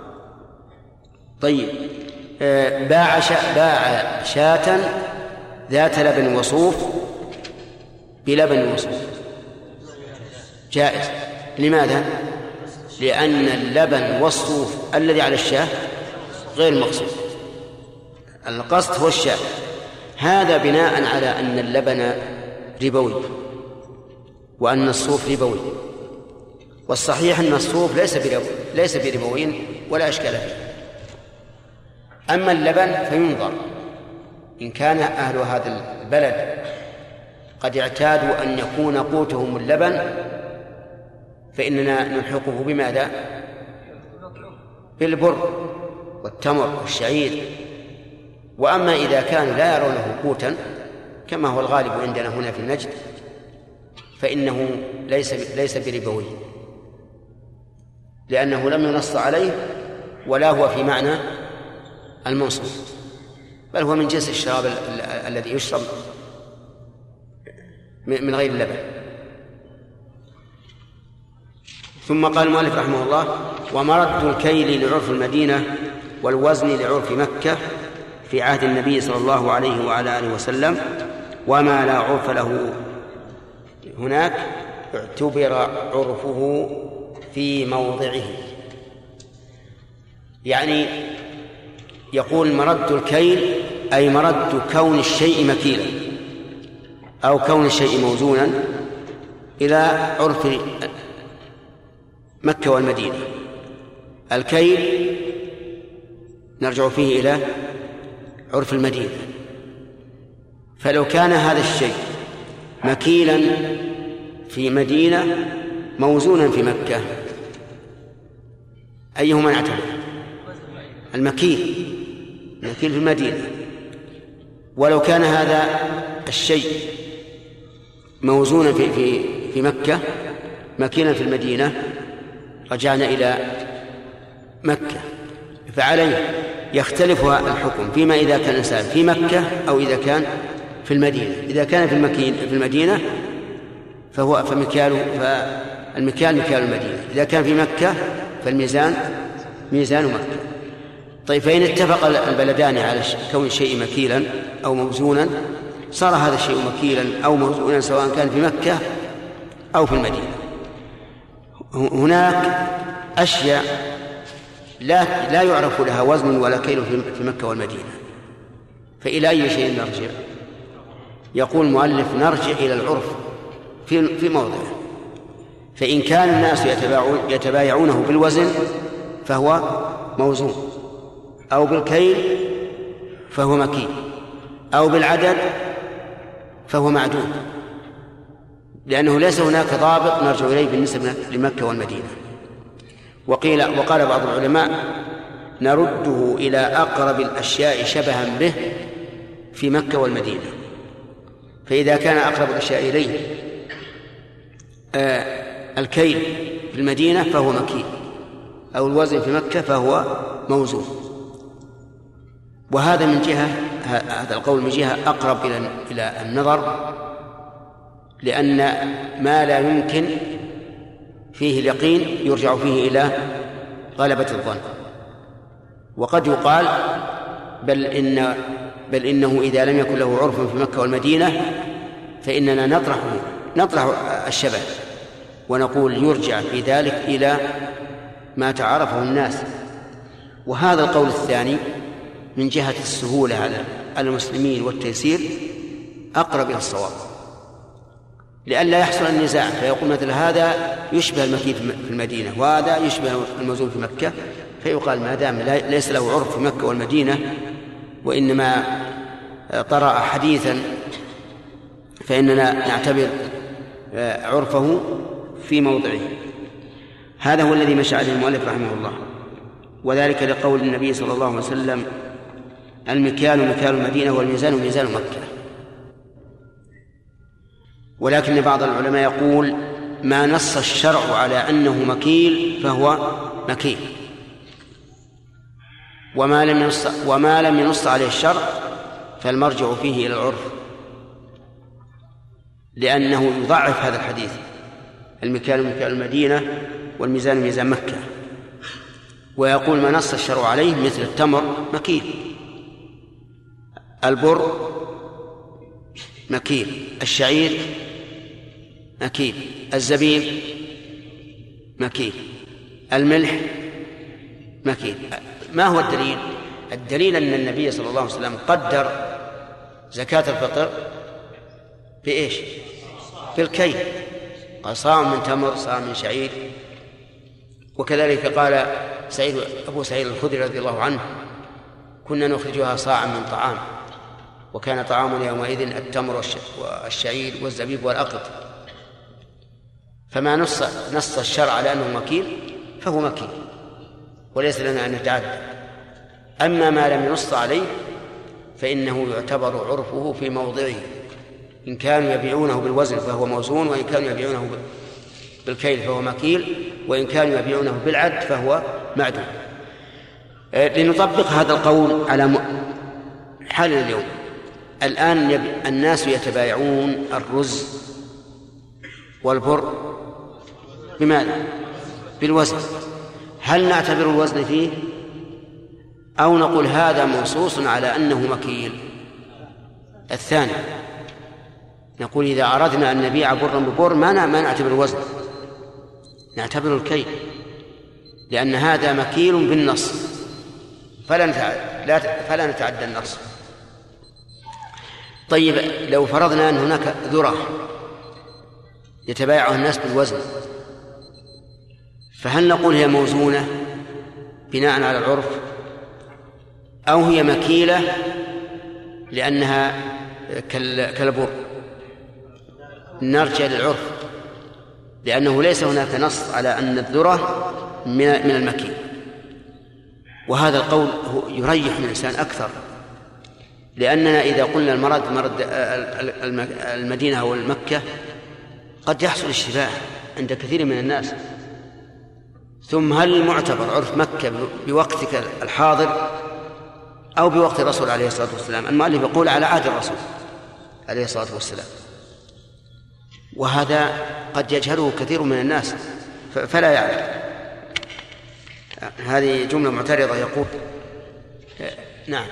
طيب، باع شاة ذات لبن وصوف بلبن وصوف، جائز. لماذا؟ لأن اللبن والصوف الذي على الشاة غير مقصود، القصد هو الشاة. هذا بناء على أن اللبن ربوي وأن الصوف ربوي، والصحيح أن الصوف ليس بربوي ولا أشكال فيه. أما اللبن فينظر، إن كان أهل هذا البلد قد اعتادوا أن يكون قوتهم اللبن فإننا نلحقه بماذا؟ بالبر والتمر والشعير. وأما إذا كان لا يرونه قوتا كما هو الغالب عندنا هنا في النجد فإنه ليس بربوي، لأنه لم ينص عليه ولا هو في معنى المنصوص، بل هو من جنس الشراب الذي يشرب من غير اللبن. ثم قال المؤلف رحمه الله: ومرد الكيل لعرف المدينة والوزن لعرف مكة في عهد النبي صلى الله عليه وعلى آله وسلم، وما لا عرف له هناك اعتبر عرفه في موضعه. يعني يقول مرد الكيل أي مرد كون الشيء مكيلا أو كون الشيء موزونا إلى عرف مكة والمدينة. الكيل نرجع فيه إلى عرف المدينة، فلو كان هذا الشيء مكيلا في مدينة موزونا في مكة أيهما نعتبر؟ المكيل في المدينة. ولو كان هذا الشيء موزونا في مكة مكيلا في المدينة رجعنا إلى مكة، فعليه يختلف الحكم فيما إذا كان الإنسان في مكة أو إذا كان في المدينة. إذا كان في المدينة فالمكيال مكيال المدينة، إذا كان في مكة فالميزان ميزان مكة. طيب، فإن اتفق البلدان على كون الشيء مكيلا أو موزونا صار هذا الشيء مكيلا أو موزونا سواء كان في مكة أو في المدينة. هناك أشياء لا يعرف لها وزن ولا كيل في مكة والمدينة، فإلى أي شيء نرجع؟ يقول المؤلف: نرجع إلى العرف في موضعه. فإن كان الناس يتبايعونه بالوزن فهو موزون، أو بالكيل فهو مكيل، أو بالعدد فهو معدود، لأنه ليس هناك ضابط نرجع إليه بالنسبة لمكة والمدينة. وقال بعض العلماء: نرده إلى أقرب الأشياء شبها به في مكة والمدينة. فإذا كان أقرب الأشياء إليه الكيل في المدينة فهو مكيل، أو الوزن في مكة فهو موزون. وهذا من جهة، هذا القول من جهة أقرب إلى النظر، لأن ما لا يمكن فيه اليقين يرجع فيه إلى غلبة الظن. وقد يقال بل إنه إذا لم يكن له عرف في مكة والمدينة فإننا نطرح الشبه ونقول يرجع في ذلك ما تعارفه الناس. وهذا القول الثاني من جهة السهولة على المسلمين والتيسير أقرب إلى الصواب، لئلا يحصل النزاع فيقول مثل هذا يشبه المكي في المدينة وهذا يشبه الموزون في مكة، فيقال ما دام ليس له عرف في مكة والمدينة وإنما طرأ حديثا فإننا نعتبر عرفه في موضعه. هذا هو الذي مشى عليه المؤلف رحمه الله، وذلك لقول النبي صلى الله عليه وسلم: المكيال مكيال المدينة والميزان ميزان مكة. ولكن بعض العلماء يقول: ما نص الشرع على أنه مكيل فهو مكيل، وما لم ينص عليه الشرع فالمرجع فيه إلى العرف، لأنه يضعف هذا الحديث: المكيال مكيال المدينة والميزان ميزان مكة. ويقول: ما نص الشرع عليه مثل التمر مكيل، البر مكيل، الشعير مكيل، الزبيب مكيل، الملح مكيل. ما هو الدليل؟ الدليل أن النبي صلى الله عليه وسلم قدر زكاة الفطر بإيش؟ بالكيل، قال: صاع من تمر، صاع من شعير. وكذلك قال أبو سعيد الخدري رضي الله عنه: كنا نخرجها صاعا من طعام، وكان طعامنا يومئذ التمر والشعير والزبيب والأقط. فما نص الشرع على أنه مكيل فهو مكيل، وليس لنا أن نتعدى. أما ما لم ينص عليه فإنه يعتبر عرفه في موضعه، إن كانوا يبيعونه بالوزن فهو موزون، وإن كانوا يبيعونه بالكيل فهو مكيل، وإن كانوا يبيعونه بالعد فهو معدود. لنطبق هذا القول على حالنا اليوم. الآن الناس يتبايعون الرز والبر بماذا؟ بالوزن. هل نعتبر الوزن فيه أو نقول هذا منصوص على أنه مكيل؟ الثاني، نقول إذا أردنا أن نبيع برا ببر ما نعتبر الوزن، نعتبر الكيل، لأن هذا مكيل بالنص فلا نتعدى النص. طيب، لو فرضنا أن هناك ذرة يتبايعها الناس بالوزن، فهل نقول هي موزونة بناء على العرف، أو هي مكيلة لأنها كالبر؟ نرجع للعرف، لأنه ليس هناك نص على أن الذرة من المكيل. وهذا القول يريح الإنسان أكثر، لأننا إذا قلنا مرض المدينة أو المكة قد يحصل اشتباه عند كثير من الناس. ثم هل المعتبر عرف مكة بوقتك الحاضر أو بوقت الرسول عليه الصلاة والسلام؟ المؤلف يقول على عهد الرسول عليه الصلاة والسلام، وهذا قد يجهله كثير من الناس فلا يعرف. هذه جملة معترضة. يقول: نعم.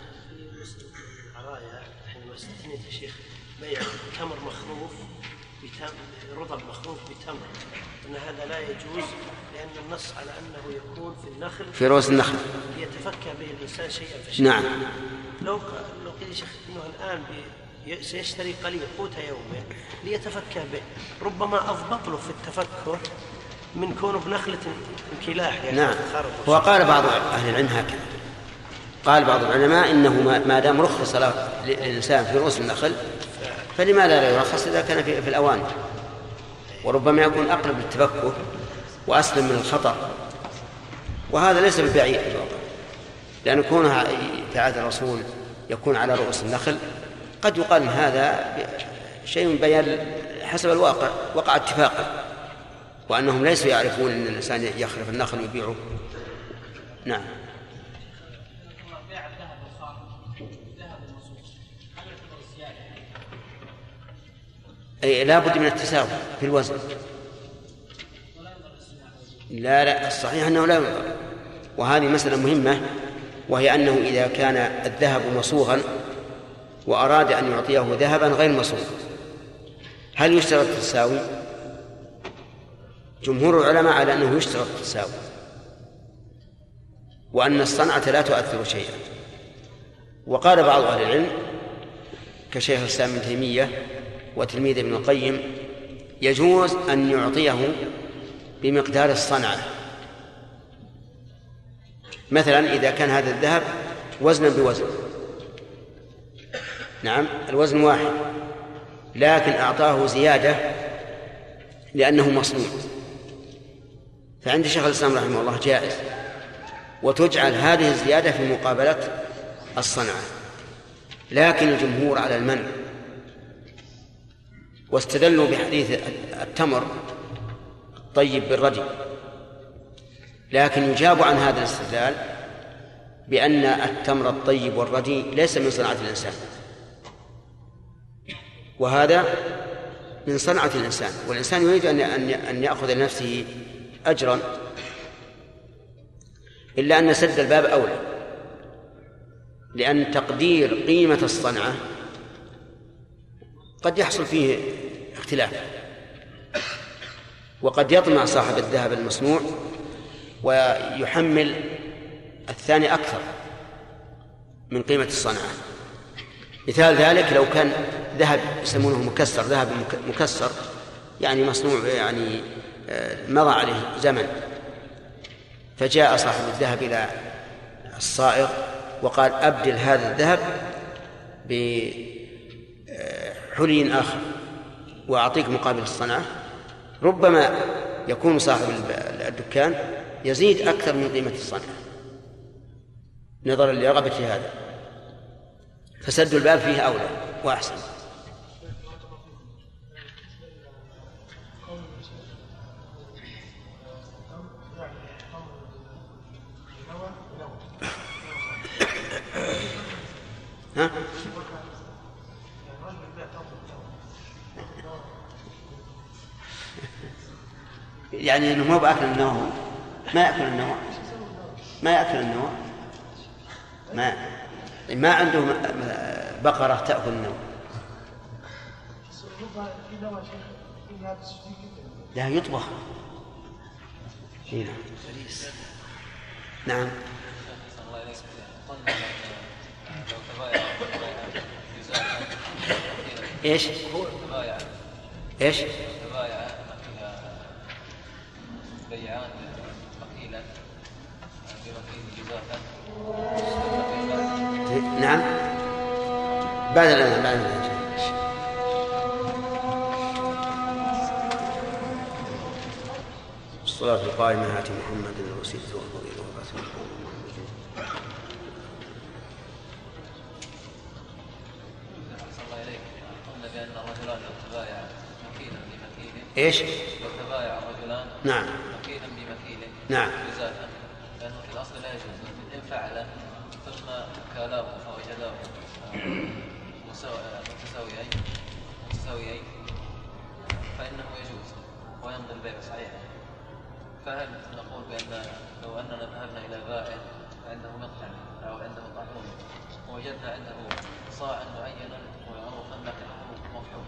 استثنيت يا شيخ بيع تمر مخروف رطب مخروف بتمر، أن هذا لا يجوز، لأن النص على أنه يكون في النخل، في رؤوس النخل، يتفكى به الإنسان شيئا فشيئا. نعم. لو قيل يا شيخ إنه الآن سيشتري قليل قوت يومه ليتفكى به، ربما أضبط له في التفكه من كونه بنخلة انكلاح. يعني نعم. وقال بعض أهل العلم هكذا، قال بعض العلماء إنه ما دام رخص للإنسان في رؤوس النخل فلماذا لا يرخص إذا كان في الأواني؟ وربما يكون أقرب للتفكه وأسلم من الخطر، وهذا ليس بالبعيد في الواقع، لأن كونها في عهد الرسول يكون على رؤوس النخل قد يقال هذا شيء بيان حسب الواقع، وقع اتفاقا، وأنهم ليسوا يعرفون أن الإنسان يخرف النخل ويبيعه. نعم. أي لا بد من التساوي في الوزن. لا الصحيح أنه لا ينظر. وهذه مسألة مهمة، وهي أنه إذا كان الذهب مصوغا وأراد أن يعطيه ذهبا غير مصوغ هل يشترط التساوي؟ جمهور العلماء على أنه يشترط التساوي، وأن الصنعة لا تؤثر شيئا. وقال بعض أهل العلم كشيخ الإسلام ابن تيمية وتلميذ ابن القيم يجوز أن يعطيه بمقدار الصنعة. مثلا إذا كان هذا الذهب وزنا بوزن، نعم الوزن واحد، لكن أعطاه زيادة لأنه مصنوع، فعند شيخ الإسلام رحمه الله جائز، وتجعل هذه الزيادة في مقابلة الصنعة. لكن الجمهور على المنع، واستدلوا بحديث التمر الطيب بالردي، لكن يجاب عن هذا الاستدلال بأن التمر الطيب والردي ليس من صنعة الإنسان، وهذا من صنعة الإنسان، والإنسان يريد أن يأخذ لنفسه أجرا، إلا أن سد الباب أولى، لأن تقدير قيمة الصنعة قد يحصل فيه اختلاف، وقد يطمع صاحب الذهب المصنوع ويحمل الثاني أكثر من قيمة الصنعة. مثال ذلك لو كان ذهب يسمونه مكسر، ذهب مكسر يعني مصنوع يعني مضى عليه زمن، فجاء صاحب الذهب إلى الصائغ وقال أبدل هذا الذهب بحلي آخر وأعطيك مقابل الصنعة، ربما يكون صاحب الدكان يزيد أكثر من قيمة الصنعة نظرا لرغبة هذا، فسد الباب فيه أولى وأحسن. ها؟ يعني انه ما باكل النوى، ما ياكل النوى، ما ياكل النوى، ما عنده بقرة تأكل النوى. لا يطبخ. نعم. ايش؟ ايش؟ بيعان مكيلا بمكيل جزافا. نعم. بعد الآن. الصلاة القائمة آت محمد الوسيلة والفضيلة وبعثه مقام محمد. أحسن الله إليك. قلنا بأن الرجلان يتبايعان مكيلا بمكيل. إيش؟ يتبايع الرجلان. نعم. مكيلا بمكيل. نعم. جزافا. لأنه في الأصل لا يجوز، إن فعل ثم كالاه فوجداه متساويين فإنه يجوز ويمضي البيع صحيحا. فهل نقول بأن لو أننا ذهبنا إلى بائع عنده مطعم أو عنده طاحون ووجدنا عنده صاعا معينا ومعروفا لكنه مفحوم،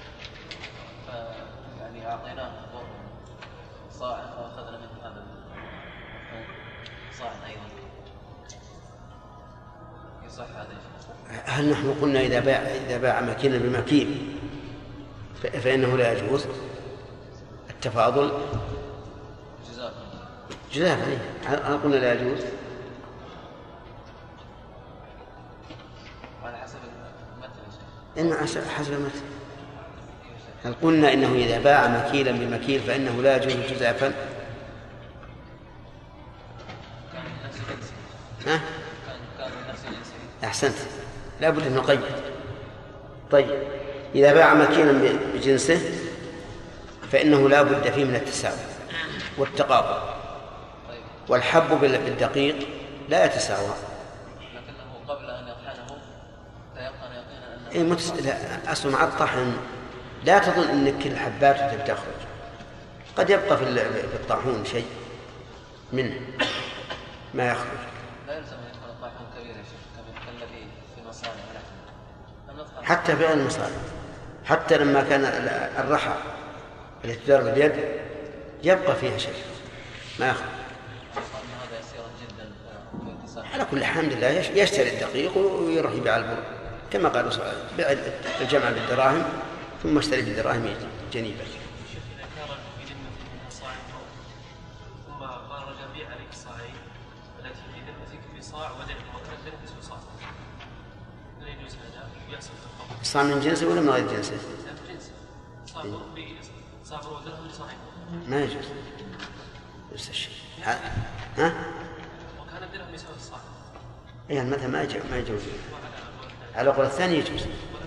فيعني أعطيناه صاعا وأخذنا منه هذا صاعا أيضا، يصح هذا؟ هل نحن قلنا إذا باع مكيلا بمكيل فإنه لا يجوز التفاضل؟ جزافا. هل قلنا لا يجوز؟ على حسب المثل. حسب المثل. هل قلنا إنه إذا باع مكيلا بمكيل فإنه لا يجوز جزافا؟ ها؟ أحسنت، لا بد أن نقيد. طيب إذا باع مكيلا بجنسه فإنه لا بد فيه من التساوي والتقابل، والحب بالدقيق لا يتساوى. لكنه قبل أن يطحنه تيقن يقينا أنه أصل مع الطحن لا تظن أن كل الحبات تخرج، قد يبقى في الطاحون شيء منه ما يخرج. لا يلزم أن يكون الطاحون كبير يا شيخ كالذي في المصانع، حتى في المصانع، حتى لما كان الرحى التي تدار باليد يبقى فيها شيء ما يخرج. هذا يسير جدا على كل الحمد لله يشتري الدقيق ويروح يبيع البر كما قال الرسول بيع الجمع بالدراهم ثم اشتري بالدراهم جنيبا. الشيخ إذا كان في ذمة منها صاع ثم خرج بيع عليك الصاعين التي في ذمتك بصاع ودرهم وكانت نصف صاع لا يجوز هذا يحصل التفاضل. صاع من جنسه ولا من غير جنسه؟ من جنسه صاع بر ودرهم لصاعين ما يجوز. نفس الشيء. ها؟ وكان الدرهم يساوي الصاع. إيه المذهب ما يجوز. على قول الثاني يجوز.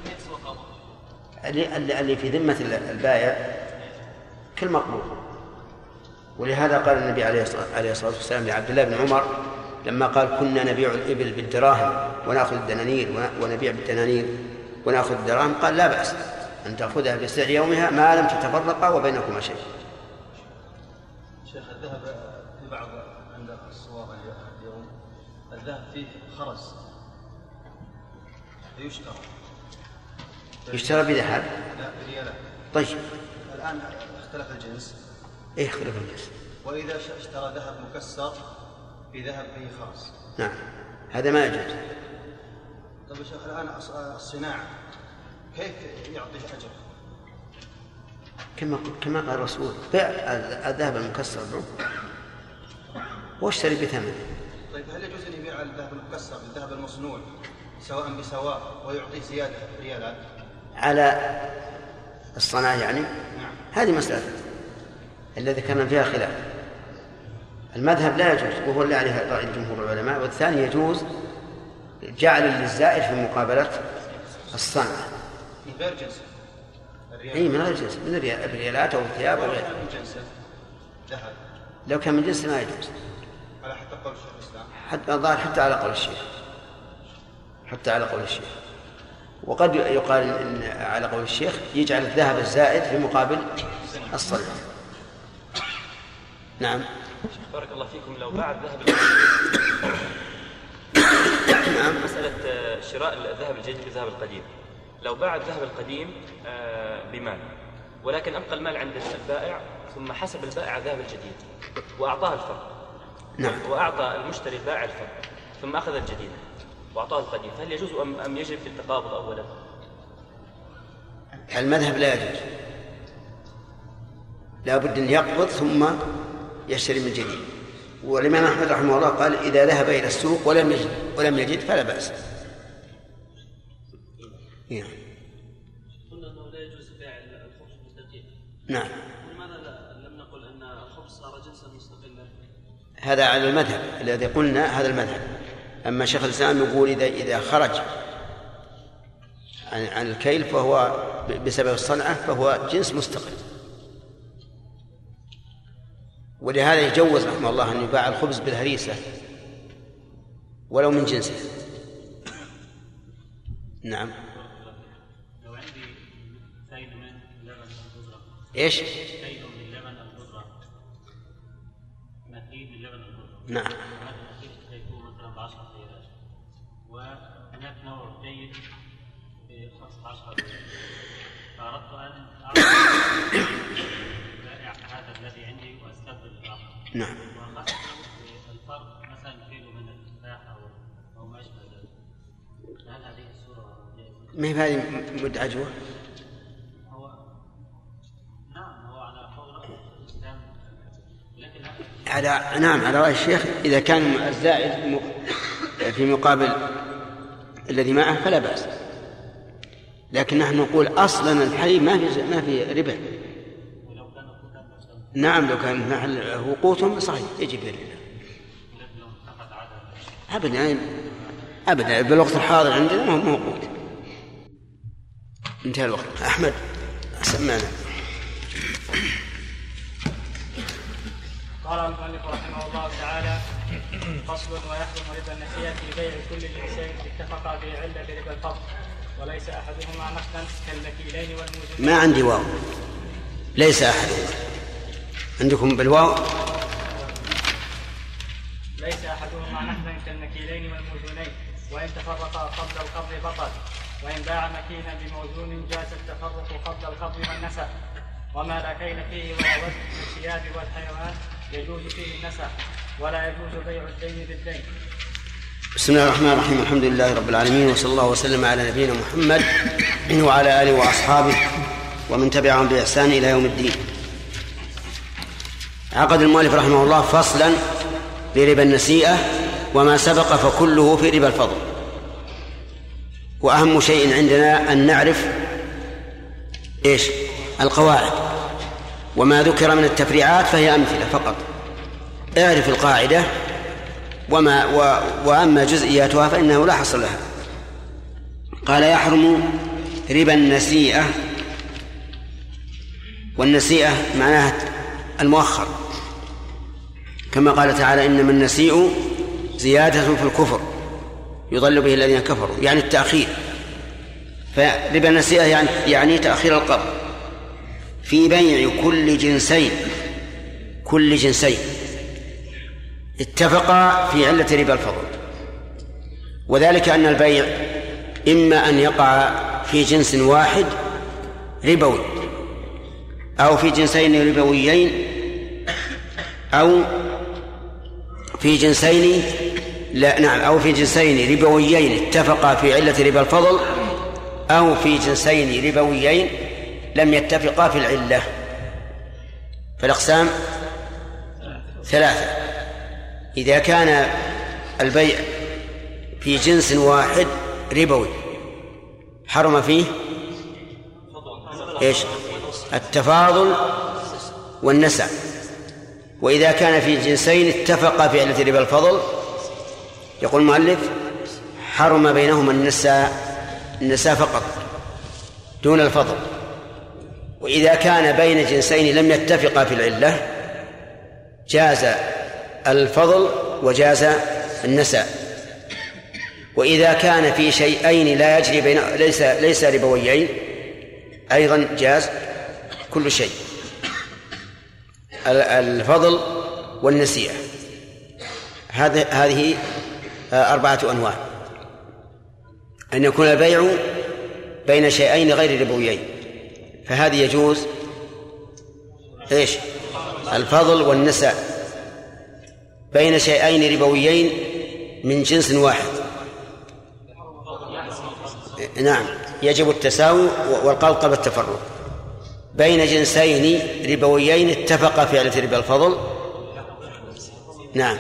اللي في ذمة البائع كل مقبول. ولهذا قال النبي عليه الصلاة والسلام لعبد الله بن عمر لما قال كنا نبيع الإبل بالدراهم ونأخذ الدنانير ونبيع بالدنانير ونأخذ الدراهم قال لا بأس أن تأخذها بسعر يومها ما لم تتفرقا وبينكما شيء. شيخ الذهب في بعض عند الصواب اليوم الذهب فيه خرز يشترى بذهب؟ لا بريالات. طيب الآن اختلف الجنس. ايه اختلف الجنس. وإذا اشترى ذهب مكسر بذهب فيه خرز. نعم هذا ما يجوز. طيب يا شيخ الآن الصناعة كيف يعطي أجر؟ كما قال الرسول بيع الذهب المكسر واشتري بثمنه. طيب هل يجوز أن يبيع الذهب المكسر بالذهب المصنوع سواء بسواء ويعطي زيادة ريالات على الصناعة يعني؟ نعم. هذه مسألة الذي كان فيها خلاف. المذهب لا يجوز وهو اللي عليه رأي جمهور العلماء، والثاني يجوز جعل للزائد في مقابلة الصنعة من غير جنس. أي من غير جنس من الريالات أو الثياب أو غيرها. ذهب لو كان من جنس ما يجوز. على حتى قول الشيخ الإسلام. حتى الظاهر حتى على قول الشيخ. حتى على قول الشيخ. وقد يقال إن على قول الشيخ يجعل الذهب الزائد في مقابل الصنعة. نعم. بارك الله فيكم. لو باع الذهب نعم. مسألة شراء الذهب الجديد بالذهب القديم، لو باع الذهب القديم بمال ولكن أبقى المال عند البائع ثم حسب البائع الذهب الجديد وأعطاه الفرق. نعم. وأعطى المشتري البائع الفرق ثم أخذ الجديد وأعطاه القديم، فهل يجوز أم يجب في التقابض أولا؟ المذهب لا يجوز، لا بد أن يقبض ثم يشتري من جديد. والإمام أحمد رحمه الله قال إذا ذهب إلى السوق ولم يجد فلا بأس. قلنا أنه لا يجوز بيع الخبز مستقيم. نعم. لماذا لم نقل أن الخبز صار جنسا مستقلا؟ هذا على المذهب الذي قلنا هذا المذهب. أما شيخ الإسلام يقول إذا خرج عن الكيل فهو بسبب الصنعة فهو جنس مستقل. ولهذا يجوز رحمه الله أن يباع الخبز بالهريسة ولو من جنسه. نعم. لو عندي كيل من لبن البودرة. إيش؟ كيل من لبن البودرة. نكيل من لبن البودرة. نعم. هذا النكيل يكون مثلا ب10 ريالات وهناك نوع جيد ب15 ريال. فأردت أن أعرف البائع هذا الذي عندي وأستبدل الآخر. نعم. وأخذت الفرق مثلا كيلو من التفاح أو ما أشبه ذلك. هل هذه الصورة جيدة؟ ما هي هذه مدعجوة؟ هو نعم هو على قول الإسلام لكن نعم على رأي الشيخ إذا كان الزائد في مقابل الذي معه فلا بأس. لكن نحن نقول أصلا الحليب ما في ربا. نعم لو كان محل وقوتهم صحيح يجب الربا. أبدا بالوقت الحاضر عندنا ما هو موجود. انتهى الوقت. أحمد سمعنا. قال المؤلف رحمه الله تعالى: فصل: ويحرم ربا النسيئة لبيع كل الجنسين اتفقا في علة ربا الفضل، وليس أحدهما نقدا كالمكيلين والموزنين. ما عندي واو، ليس أحدهما. عندكم بالواو؟ ليس أحدهما نقدا كالمكيلين والموزنين، وإن تفرقا قبل القبض بطل، وإن باع مكينا بموزون جاز التفرق قبل القبض والنسخ. وما لا كيل فيه ولا وزن من الثياب والحيوان يجوز فيه النسخ، ولا يجوز بيع الدين بالدين. بسم الله الرحمن الرحيم. الحمد لله رب العالمين، وصلى الله وسلم على نبينا محمد وعلى آله وأصحابه ومن تبعهم بإحسان إلى يوم الدين. عقد المؤلف رحمه الله فصلا لربا النسيئة، وما سبق فكله في ربا الفضل. وأهم شيء عندنا أن نعرف القواعد، وما ذكر من التفريعات فهي أمثلة فقط. اعرف القاعدة وأما جزئياتها فإنه لا حصر لها. قال: يحرم ربا النسيئة، والنسيئة معناها المؤخر، كما قال تعالى: إنما النسيء زيادة في الكفر يضل به الذين كفروا، يعني التأخير. فربا النسيئة يعني تأخير القبض في بيع كل جنسين اتفقا في علة ربا الفضل. وذلك أن البيع إما أن يقع في جنس واحد ربوي، أو في جنسين ربويين، أو في جنسين أو في جنسين ربويين اتفقا في علة ربا الفضل، أو في جنسين ربويين لم يتفقا في العلة. فالأقسام ثلاثة. إذا كان البيع في جنس واحد ربوي حرم فيه التفاضل والنسع. وإذا كان في جنسين اتفقا في علة ربا الفضل، يقول المؤلف: حرم بينهما النساء فقط دون الفضل. وإذا كان بين جنسين لم يتفقا في العلة جاز الفضل وجاز النساء. وإذا كان في شيئين لا يجري بين ليس ربويين أيضا جاز كل شيء، الفضل والنسيئة. هذه 4 أنواع: أن يكون البيع بين شيئين غير ربويين، فهذه يجوز الفضل والنساء. بين شيئين ربويين من جنس واحد، نعم، يجب التساوي والقول قبل التفرق. بين جنسين ربويين اتفقا في علة ربا الفضل، نعم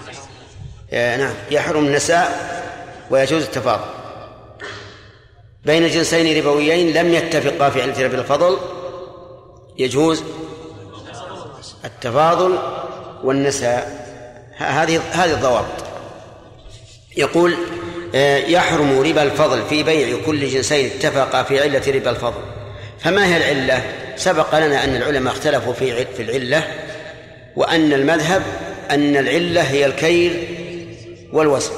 يحرم النساء ويجوز التفاضل. بين جنسين ربويين لم يتفقا في علة ربا الفضل يجوز التفاضل والنساء. هذه الضوابط. يقول: يحرم ربا الفضل في بيع كل جنسين اتفقا في علة ربا الفضل. فما هي العلة؟ سبق لنا أن العلماء اختلفوا في العلة، وأن المذهب أن العلة هي الكيل والوزن،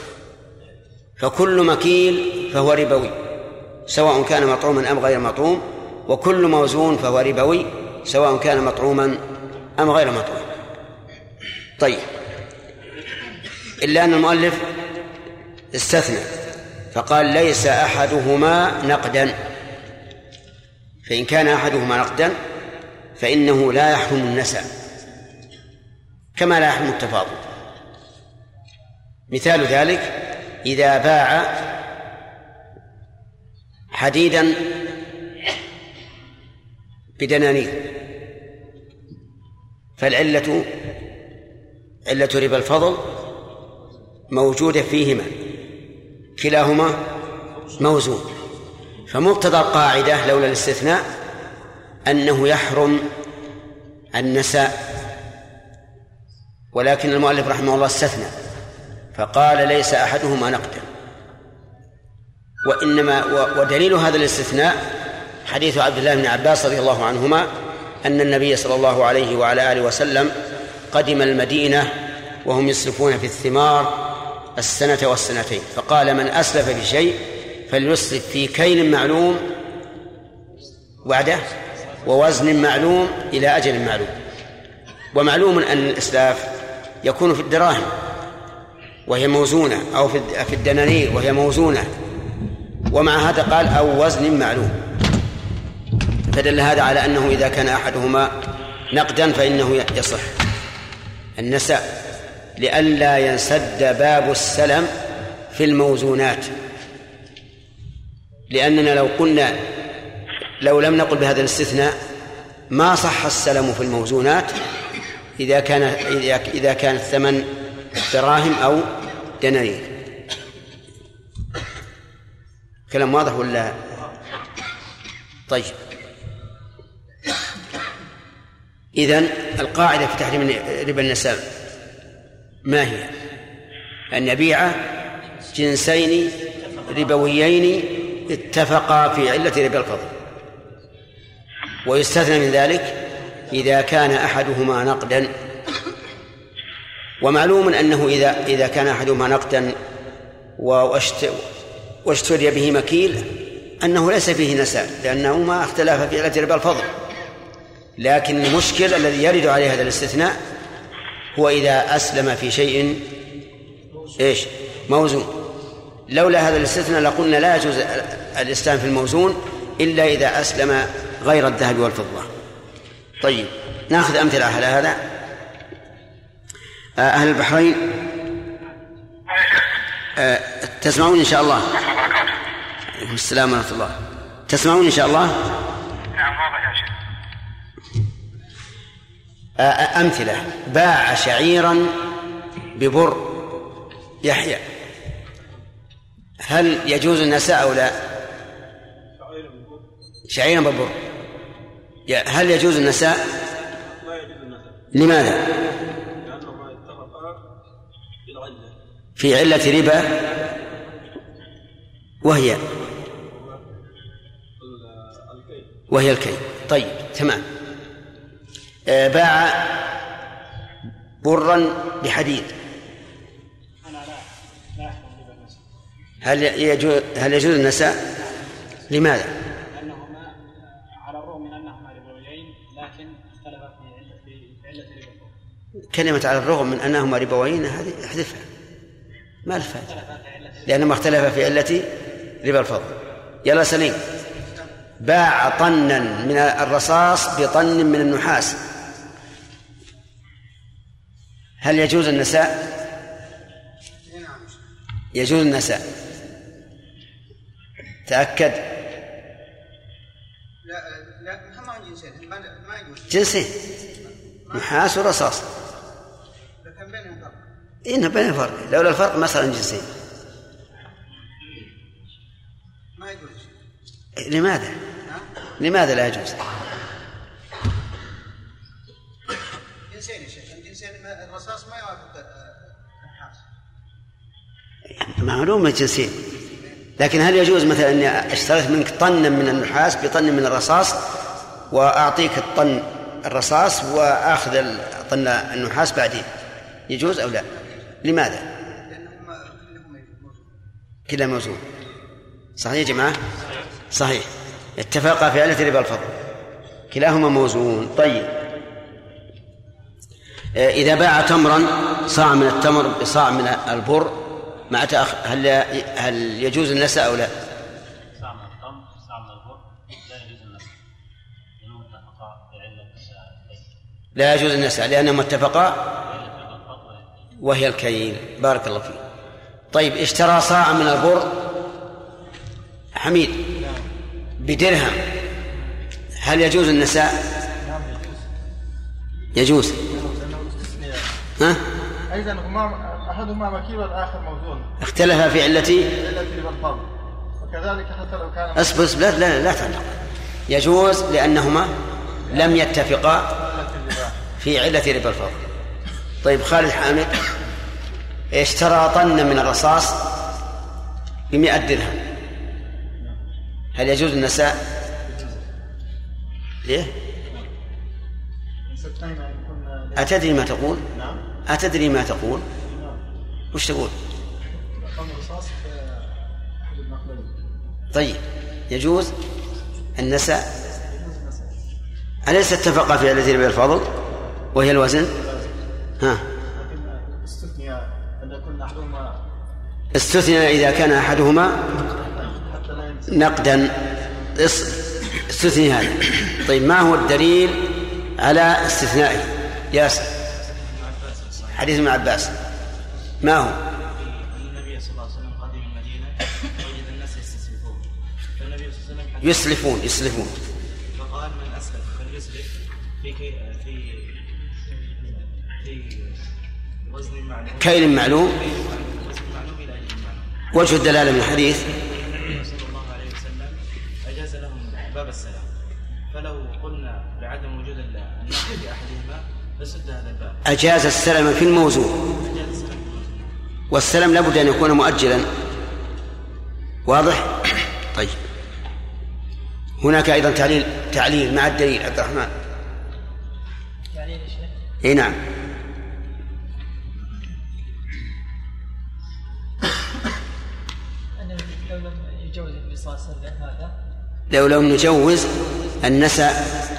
فكل مكيل فهو ربوي سواء كان مطعوما أم غير مطعوم، وكل موزون فهو ربوي سواء كان مطعوما أم غير مطعوم. طيب، إلا أن المؤلف استثنى فقال: ليس أحدهما نقدا. فإن كان أحدهما نقدا فإنه لا يحرم النساء كما لا يحرم التفاضل. مثال ذلك: إذا باع حديدا بدنانير، فالعلة علة ربا الفضل موجودة فيهما، كلاهما موزون. فمقتضى القاعدة لولا الاستثناء أنه يحرم النساء، ولكن المؤلف رحمه الله استثنى فقال: ليس أحدهما نقدا. ودليل هذا الاستثناء حديث عبد الله بن عباس رضي الله عنهما أن النبي صلى الله عليه وعلى آله وسلم قدم المدينة وهم يسلفون في الثمار السنة والسنتين، فقال: من أسلف في شيء فليسلف في كيل معلوم وعده ووزن معلوم إلى أجل معلوم. ومعلوم أن الإسلاف يكون في الدراهم وهي موزونة، أو في الدنانير وهي موزونة، ومع هذا قال: أو وزن معلوم. فدل هذا على أنه إذا كان أحدهما نقدا فإنه يصح النساء. لئلا ينسد باب السلم في الموزونات، لأننا لو لم نقل بهذا الاستثناء ما صح السلم في الموزونات إذا كان الثمن دراهم أو دنانير. كلام واضح ولا؟ طيب، إذن القاعدة في تحريم ربا النساء ما هي؟ أن يبيع جنسين ربويين اتفقا في علة ربا الفضل، ويستثنى من ذلك إذا كان أحدهما نقدا. ومعلوم أنه إذا كان أحدهما نقدا واشتري به مكيل أنه ليس فيه نساء، لأنه ما اختلف في علة ربا الفضل. لكن المشكل الذي يرد عليه هذا الاستثناء هو إذا أسلم في شيء موزون. لولا هذا الاستثناء لقلنا لا يجوز الإسلام في الموزون إلا إذا أسلم غير الذهب والفضة. طيب، نأخذ أمثلة على هذا. أهل البحرين تسمعون إن شاء الله؟ السلام ورحمة الله. تسمعون إن شاء الله؟ نعم واضح يا شيخ. أمثلة: باع شعيرا ببر يحيى، هل يجوز النساء أو لا؟ شعيرا ببر، هل يجوز النساء؟ لا يجوز النساء. لماذا؟ لأنهما اتفقا في علة ربا وهي الكي. طيب، تمام. باع برا بحديد، هل يجوز النساء؟ لماذا؟ لأنهما على الرغم من أنهما ربويين لكن اختلفا في علة ربا. كلمة على الرغم من أنهما ربويين هذه احذفها، ما الفائدة، لأنهما اختلفا في علة ربا الفضل. يلا سليم. باع طنا من الرصاص بطن من النحاس، هل يجوز النساء؟ يجوز النساء. تأكد. لا هم جنسين ما يجوز. جنسين نحاس ورصاص. لكن بينهم فرق. إن بينهم فرق، لولا الفرق ما صار جنسين. ما يجوز. لماذا؟ لماذا لا يجوز؟ جنسين يا شيخ، جنسين الرصاص ما يوافق النحاس. معلومة جنسين، لكن هل يجوز مثلا أني اشتريت منك طنا من النحاس بطن من الرصاص وأعطيك الطن الرصاص وآخذ طن النحاس بعدين، يجوز أو لا؟ لماذا؟ لأنهم كلها موزون. صحيح يا جماعة؟ صحيح، اتفقا في علة ربا الفضل، كلاهما موزون. طيب، إذا باع تمرا صاع من التمر بصاع من البر مع هل يجوز النساء أو لا؟ صاع من التمر صاع من البر لا يجوز النساء، لأنهم اتفقا في علة الكيل. لا يجوز النساء لأنهم اتفقا وهي الكيل. بارك الله فيك. طيب، اشترى صاع من البر حميد بدرهم، هل يجوز النساء؟ يجوز. ها؟ أيضا أحدهما مكيل والآخر موزون، اختلف في علة ربا الفضل، وكذلك حتى لو كان اصبر لا تعلق. يجوز لأنهما لم يتفقا في علة ربا الفضل. طيب، خالد حامد اشترى طن من الرصاص ب100 درهم، هل يجوز النساء؟ ليه؟ أتدري ما تقول؟ أتدري ما تقول؟ وش تقول؟ طيب، يجوز النساء. أليس اتفقا في علة ربا الفضل وهي الوزن؟ ها؟ استثنى إذا كان أحدهما نقدا، استثني هذا. طيب، ما هو الدليل على استثنائه؟ ياسر. حديث ابن عباس. ما هو؟ النبي صلى الله عليه وسلم قدم المدينة وجد الناس يستسلفون، فالنبي صلى الله عليه وسلم يسلفون فقال من أسلف فليسلف في وزن معلوم كيل معلوم. وجه الدلالة من الحديث النبي صلى الله عليه وسلم أجاز لهم باب السلام، فلو قلنا بعدم وجود النقد في أحدهما فسد هذا الباب. أجاز السلام في الموزون، والسلام لابد أن يكون مؤجلا. واضح؟ طيب هناك أيضا تعليل مع الدليل. عبد الرحمن تعليل الشيخ. إيه نعم. لو لم يجوز النبي صلى الله عليه وسلم هذا، لو لم نجوز النساء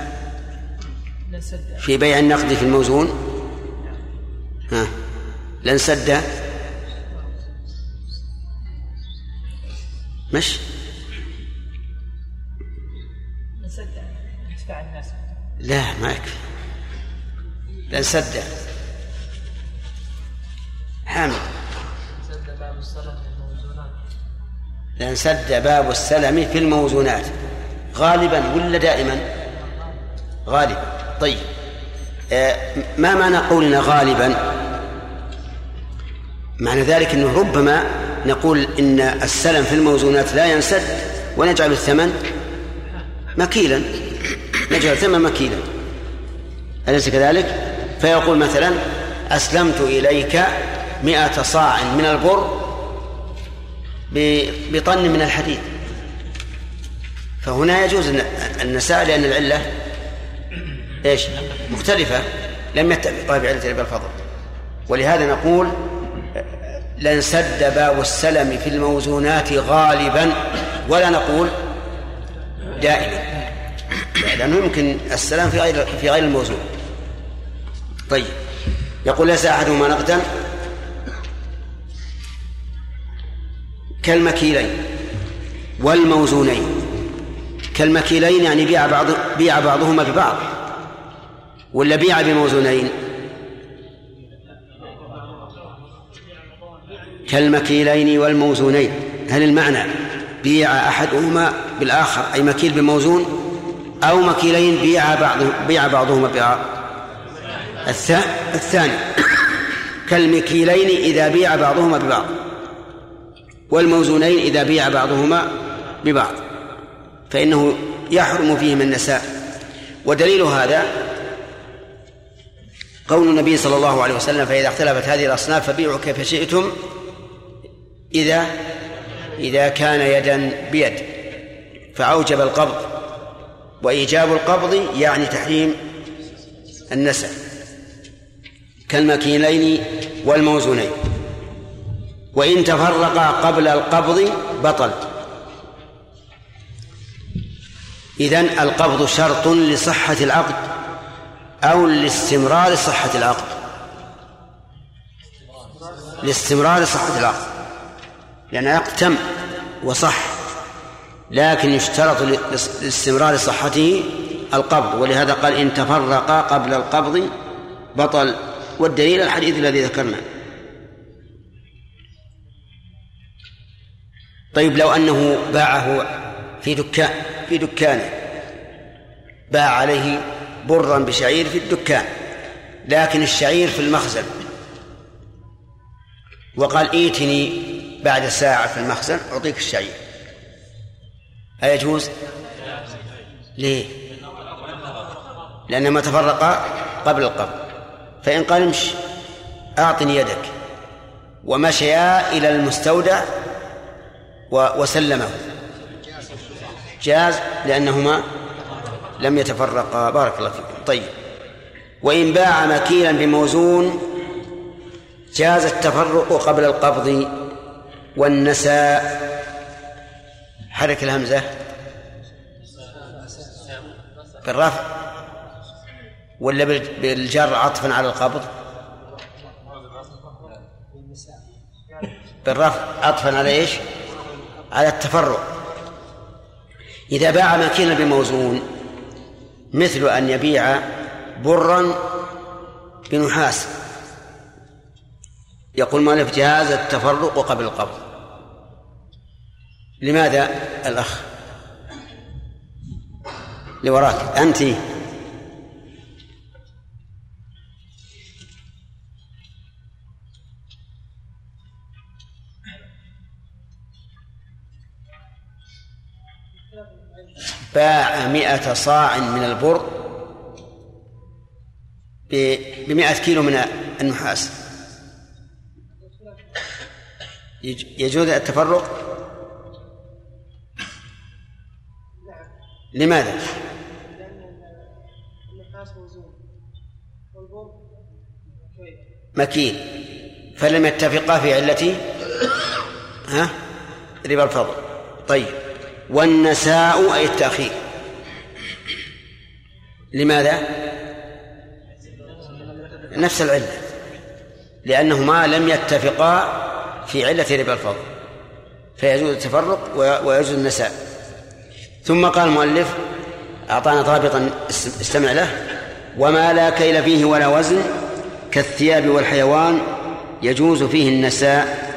في بيع النقد في الموزون لنسد مش ندفع الناس. لا ما يكفي، لنسد حامد لنسد باب السلم في الموزونات غالبا ولا دائما؟ غالبا. طيب ما معنى قولنا غالبا؟ معنى ذلك أنه ربما نقول إن السلم في الموزونات لا ينسد ونجعل الثمن مكيلا، نجعل الثمن مكيلا، أليس كذلك؟ فيقول مثلا أسلمت إليك 100 صاع من البر بطن من الحديد، فهنا يجوز النساء لأن العلة إيش؟ مختلفة، لم يتفقا بعلة ربا الفضل. ولهذا نقول لنسد باب السلم في الموزونات غالبا، ولا نقول دائما، لأنه يمكن السلام في غير الموزون. طيب يقول ليس أحدهما نقدا كالمكيلين والموزونين. كالمكيلين يعني بيع بعضهما ببعض، ولا بيع بموزونين؟ كالمكيلين والموزونين، هل المعنى بيع أحدهما بالآخر أي مكيل بموزون، أو مكيلين بيع بعضهما ببعض؟ الثاني كالمكيلين إذا بيع بعضهما ببعض، والموزونين إذا بيع بعضهما ببعض، فإنه يحرم فيهما النساء. ودليل هذا قول النبي صلى الله عليه وسلم فإذا اختلفت هذه الأصناف فبيعوا كيف شئتم إذا كان يدا بيد، فأوجب القبض، وإيجاب القبض يعني تحريم النساء. كالمكيلين والموزونين، وإن تفرقا قبل القبض بطل. إذن القبض شرط لصحة العقد أو لاستمرار صحة العقد؟ لاستمرار صحة العقد، لأن العقد تم وصح، لكن يشترط لاستمرار صحته القبض، ولهذا قال إن تفرقا قبل القبض بطل. والدليل الحديث الذي ذكرنا. طيب لو أنه باعه في دكانه، باع عليه برا بشعير في الدكان، لكن الشعير في المخزن، وقال ائتني بعد ساعة في المخزن أعطيك الشعير، أيجوز؟ ليه؟ لأنما تفرقا قبل القبض. فإن قال امشي أعطني يدك، ومشيا إلى المستودع وسلمه، جاز لأنهما لم يتفرقا. بارك الله فيكم. طيب وإن باع مكيلا بموزون جاز التفرق قبل القبض والنساء. حرك الهمزة بالرفع ولا بالجر عطفا على القبض؟ بالرفع عطفا على ايش؟ على التفرق. إذا باع مكيلا بموزون مثل أن يبيع برا بنحاس، يقول مالك جاز التفرق قبل القبض. لماذا الأخ لوراك أنت؟ باع 100 صاع من البر ب100 كيلو من النحاس، يجوز التفرق؟ لماذا؟ لأن النحاس موزون والبر مكين، فلم يتفقا في علة ربا الفضل. طيب، والنساء أي التأخير، لماذا؟ نفس العلة، لأنهما لم يتفقا في علة ربا الفضل، فيجوز التفرق ويجوز النساء. ثم قال المؤلف أعطانا ضابطا استمع له: وما لا كيل فيه ولا وزن كالثياب والحيوان يجوز فيه النساء.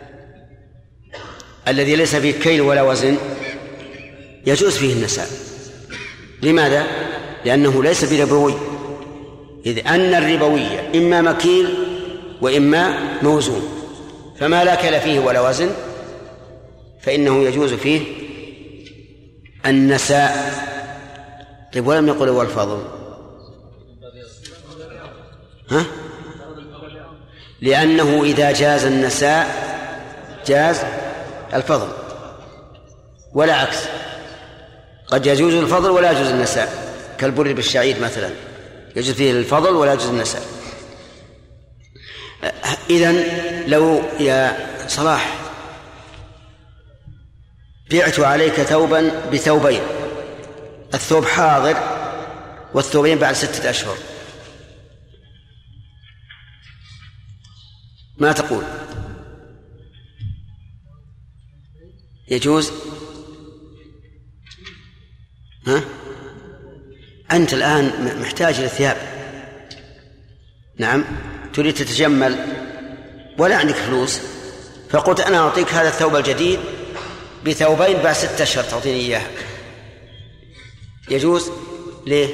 الذي ليس فيه كيل ولا وزن يجوز فيه النساء. لماذا؟ لأنه ليس بربوي، إذ أن الربوية إما مكيل وإما موزون، فما لا كيل فيه ولا وزن فإنه يجوز فيه النساء. طيب، ولم يقل هو الفضل، لأنه إذا جاز النساء جاز الفضل، ولا عكس، قد يجوز الفضل ولا يجوز النساء، كالبر بالشعير مثلا يجوز فيه الفضل ولا يجوز النساء. إذن لو يا صلاح بعت عليك ثوبا بثوبين، الثوب حاضر والثوبين بعد 6 أشهر، ما تقول؟ يجوز؟ أنت الآن محتاج للثياب، نعم، تريد تتجمل ولا عندك فلوس، فقلت أنا أعطيك هذا الثوب الجديد بثوبين بعد 6 أشهر تعطيني إياه، يجوز؟ ليه؟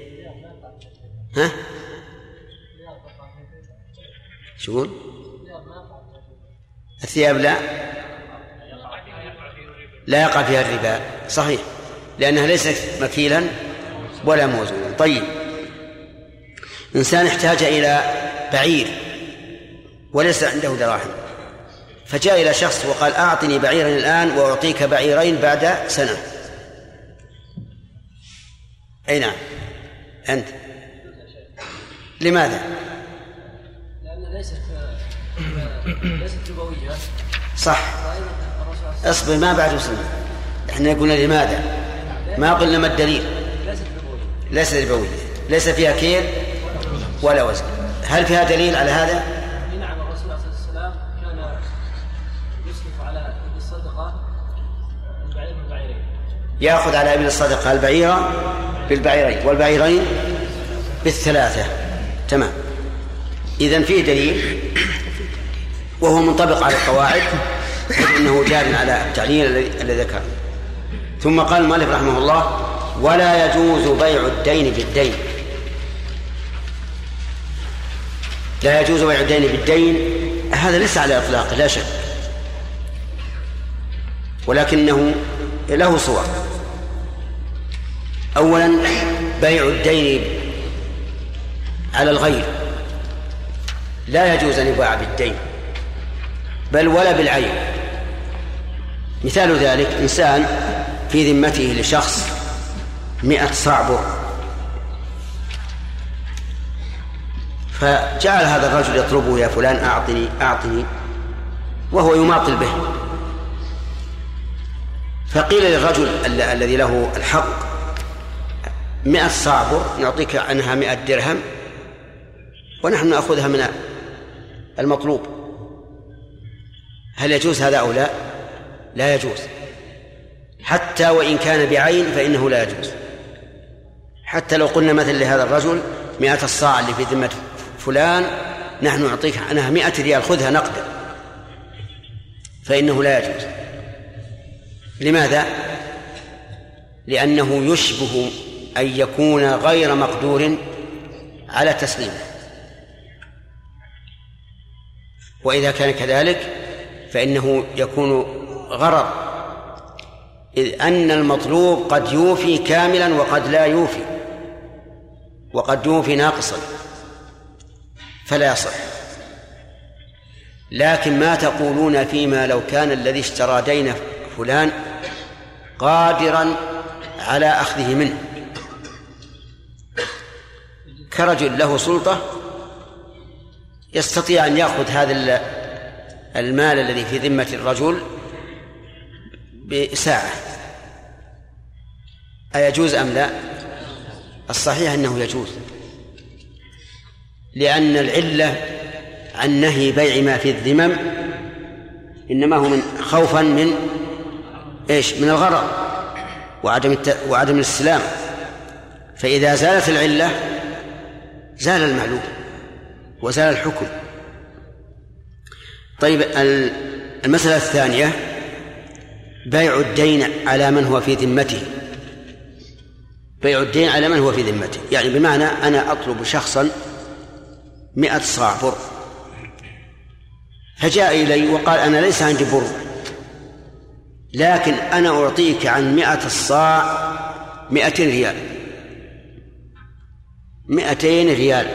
شو الثياب لا يقع فيها الربا، صحيح، لأنها ليست مكيلا ولا موزونا. طيب، إنسان احتاج إلى بعير وليس عنده دراهم، فجاء إلى شخص وقال أعطني بعيرا الآن وأعطيك بعيرين بعد سنة. أي نعم، أنت لماذا؟ لأن ليست ربوية. صح، اصبر، ما بعد سنة، احنا قلنا لماذا، ما قلنا ما الدليل. ليست ربوية، ليس فيها كيل ولا وزن. هل فيها دليل على هذا؟ نعم، الرسول عليه الصلاة والسلام كان يصرف على الصدقة البعير بالبعيرين، يأخذ على ابن الصدقة البعير بالبعيرين والبعيرين بالثلاثة. تمام، إذن فيه دليل وهو منطبق على القواعد، إنه جار على التعليل الذي ذكر. ثم قال المؤلف رحمه الله: ولا يجوز بيع الدين بالدين. لا يجوز بيع الدين بالدين، هذا ليس على إطلاق لا شك، ولكنه له صور. أولا، بيع الدين على الغير لا يجوز أن يباع بالدين بل ولا بالعين. مثال ذلك: إنسان في ذمته لشخص 100 صاع بر، فجعل هذا الرجل يطلبه: يا فلان أعطني أعطني، وهو يماطل به. فقيل للرجل الذي له الحق: 100 صاع بر نعطيك عنها 100 درهم ونحن نأخذها من المطلوب. هل يجوز هذا أو لا؟ لا يجوز، حتى وإن كان بعين فإنه لا يجوز. حتى لو قلنا مثل لهذا الرجل 100 الصاع اللي في ذمة فلان نحن نعطيك عنها 100 ريال خذها نقدا، فإنه لا يجوز. لماذا؟ لأنه يشبه أن يكون غير مقدور على تسليمه، وإذا كان كذلك فإنه يكون غرض، إذ أن المطلوب قد يوفي كاملا وقد لا يوفي، وقد يوفي ناقصا فلا يصح. لكن ما تقولون فيما لو كان الذي اشترى دين فلان قادرا على أخذه منه، كرجل له سلطة يستطيع أن يأخذ هذا المال الذي في ذمة الرجل بساعة، أيجوز أم لا؟ الصحيح أنه يجوز، لأن العلة عن نهي بيع ما في الذمم إنما هو من خوفا من إيش؟ من الغرر وعدم الاستسلام، فإذا زالت العلة زال المعلوم وزال الحكم. طيب المسألة الثانية بيع الدين على من هو في ذمته. بيع الدين على من هو في ذمته يعني بمعنى أنا أطلب شخصا 100 صاع بر، فجاء إلي وقال أنا ليس عندي بر، لكن أنا أعطيك عن 100 الصاع 200 ريال، 200 ريال،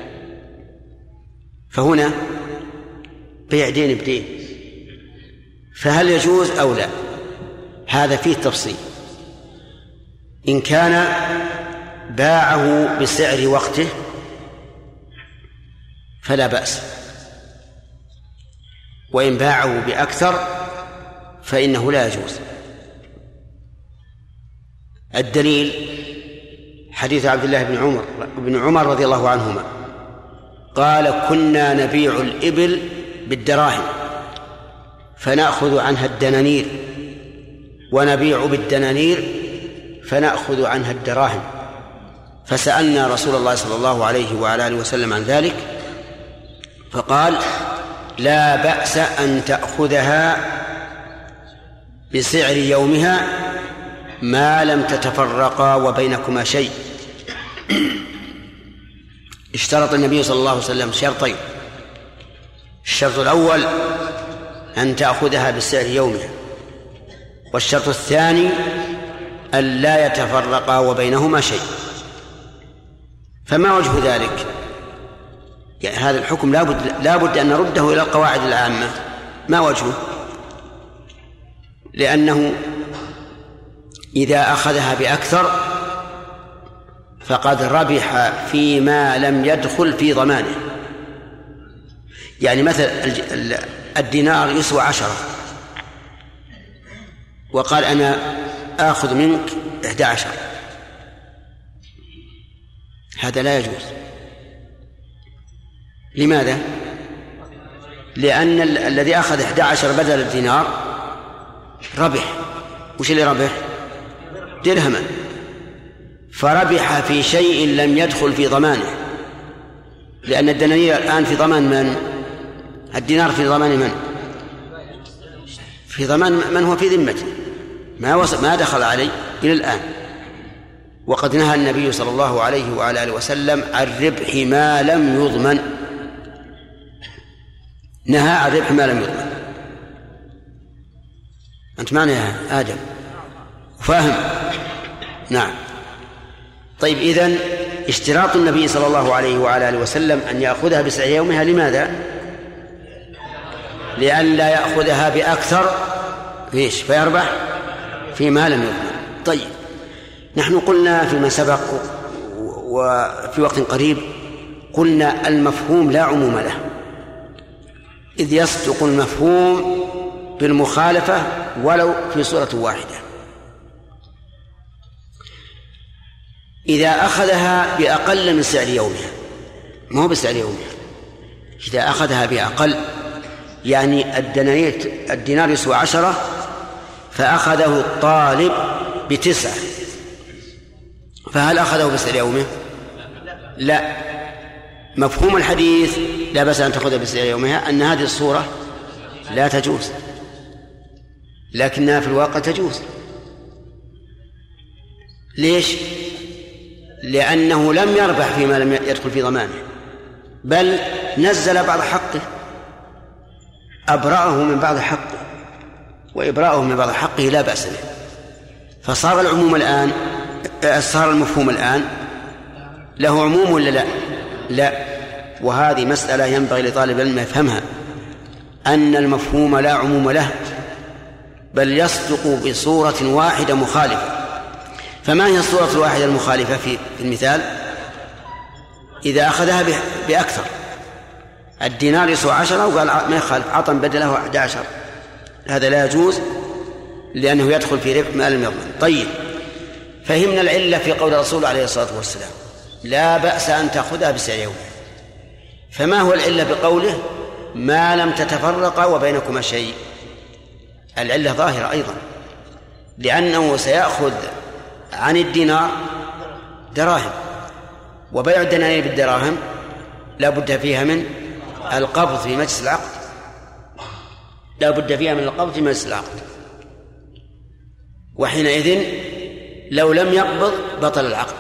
فهنا بيع دين بدين، فهل يجوز أو لا؟ هذا فيه تفصيل. إن كان باعه بسعر وقته فلا بأس، وإن باعه بأكثر فإنه لا يجوز. الدليل حديث عبد الله بن عمر رضي الله عنهما قال كنا نبيع الإبل بالدراهم فنأخذ عنها الدنانير، ونبيع بالدنانير فنأخذ عنها الدراهم، فسألنا رسول الله صلى الله عليه وعلى آله وسلم عن ذلك فقال لا بأس أن تأخذها بسعر يومها ما لم تتفرقا وبينكما شيء. اشترط النبي صلى الله عليه وسلم شرطين: الشرط الأول أن تأخذها بسعر يومها، والشرط الثاني أن لا يتفرقا وبينهما شيء. فما وجه ذلك؟ يعني هذا الحكم لا بد أن نرده إلى القواعد العامة. ما وجهه؟ لأنه إذا أخذها بأكثر فقد ربح فيما لم يدخل في ضمانه. يعني مثلا الدينار يسوى 10 وقال أنا آخذ منك 11، هذا لا يجوز. لماذا؟ لأن الذي أخذ 11 بدل الدينار ربح. وش اللي ربح؟ درهما، فربح في شيء لم يدخل في ضمانه، لأن الدنانير الآن في ضمان من؟ الدينار في ضمان من؟ في ضمان من هو في ذمته، ما دخل عليه إلى الآن. وقد نهى النبي صلى الله عليه وعلى آله وسلم عن ربح ما لم يضمن، نهى عن ربح ما لم يضمن. أنت معنا يا آدم؟ فاهم؟ نعم. طيب إذن اشتراط النبي صلى الله عليه وعلى آله وسلم أن يأخذها بسعر يومها لماذا؟ لأن لا يأخذها بأكثر فيربح فيما لم يضمن. طيب نحن قلنا فيما سبق وفي وقت قريب قلنا المفهوم لا عموم له، إذ يصدق المفهوم بالمخالفة ولو في صورة واحدة. إذا أخذها بأقل من سعر يومها، ما هو بسعر يومها، إذا أخذها بأقل، يعني الدينار يسوى 10 فأخذه الطالب ب9، فهل أخذه بسعر يومه؟ لا، مفهوم الحديث لا بأس أن تأخذها بسعر يومها أن هذه الصورة لا تجوز، لكنها في الواقع تجوز. ليش؟ لأنه لم يربح فيما لم يدخل في ضمانه، بل نزل بعض حقه، أبرأه من بعض حقه، وإبراءه من بعض حقه لا بأس به. فصار العموم الآن، صار المفهوم الآن له عموم ولا لا؟ لا. وهذه مسألة ينبغي لطالب العلم يفهمها، أن المفهوم لا عموم له، بل يصدق بصورة واحدة مخالفة. فما هي الصورة الواحدة المخالفة في المثال؟ إذا أخذها بأكثر، الدينار يسوى 10 وقال ما يخالف عطا بدله 11، هذا لا يجوز لأنه يدخل في ربح ما لم يضمن. طيب، فهمنا العلة في قول الرسول عليه الصلاة والسلام لا بأس أن تأخذها بسعر يوم. فما هو العلة بقوله ما لم تتفرق وبينكما شيء؟ العلة ظاهرة أيضا، لأنه سيأخذ عن الدينار دراهم، وبيع الدنانير بالدراهم لا بد فيها من القبض في مجلس العقد، لا بد فيها من القبض في مجلس العقد، وحينئذ لو لم يقبض بطل العقد،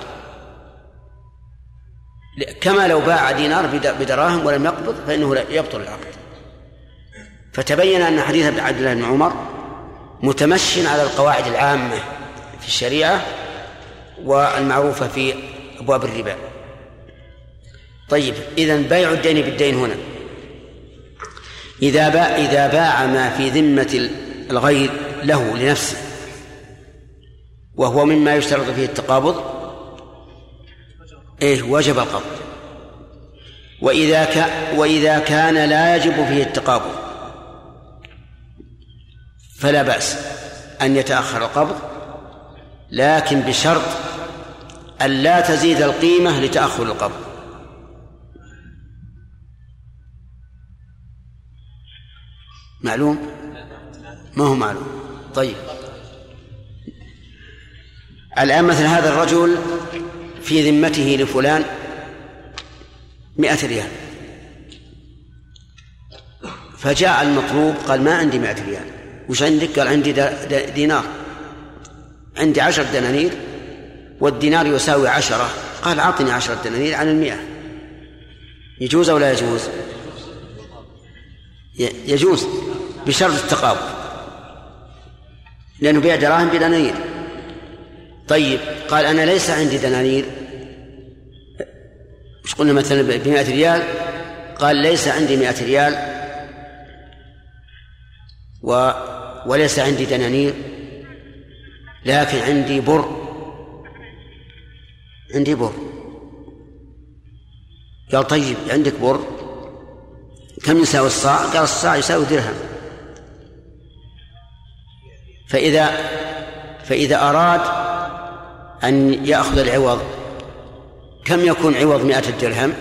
كما لو باع دينار بدراهم ولم يقبض فإنه يبطل العقد. فتبين أن حديث عبد الله بن عمر متمشٍ على القواعد العامة في الشريعة والمعروفة في أبواب الربا. طيب، إذن بيع الدين بالدين هنا إذا باع ما في ذمة الغير له لنفسه وهو مما يشترط فيه التقابض وجب القبض. وإذا كان لا يجب فيه التقابض فلا بأس أن يتأخر القبض، لكن بشرط أن لا تزيد القيمة لتأخر القبض. معلوم؟ ما هو معلوم. طيب، الآن مثل هذا الرجل في ذمته لفلان 100 ريال، فجاء المطلوب قال ما عندي 100 ريال، وش عندك؟ قال عندي دينار، عندي 10 دنانير والدينار يساوي 10، قال أعطني 10 دنانير عن 100. يجوز أو لا يجوز؟ يجوز بشرط التقابض، لأنه بيع دراهم بدنانير. طيب، قال أنا ليس عندي دنانير، مش قلنا مثلا ب100 ريال، قال ليس عندي 100 ريال وليس عندي دنانير، لكن عندي بر، عندي بر. قال طيب عندك بر، كم يساوي الصاع؟ قال الصاع يساوي درهم. فإذا أراد أن يأخذ العوض كم يكون عوض 100 درهم؟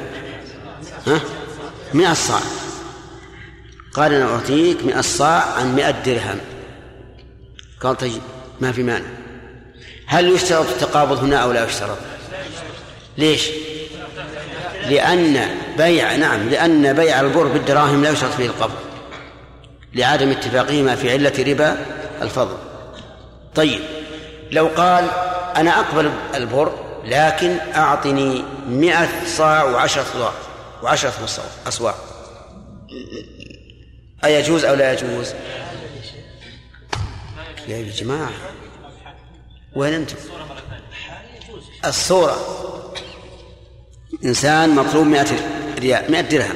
100 صاع. قال أنا أعطيك 100 صاع عن 100 درهم. قال طيب ما في مانع. هل يشترط التقابض هنا أو لا يشترط؟ ليش؟ لأن بيع البر بالدراهم لا يشترط فيه القبض لعدم اتفاقهما في علة ربا الفضل. طيب، لو قال أنا أقبل البر لكن أعطني 100 صاع و10 أصواع، أيجوز أو لا يجوز؟ يا جماعة وين أنتم؟ الصورة إنسان مطلوب 100 درهم،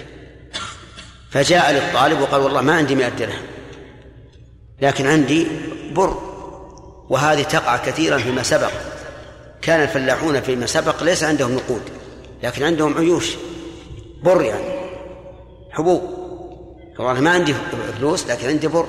فجاء للطالب وقال والله ما عندي 100 درهم لكن عندي بر. وهذه تقع كثيرا فيما سبق، كان الفلاحون فيما سبق ليس عندهم نقود لكن عندهم عيوش بر، يعني حبوب. والله ما عندي فلوس لكن عندي بر.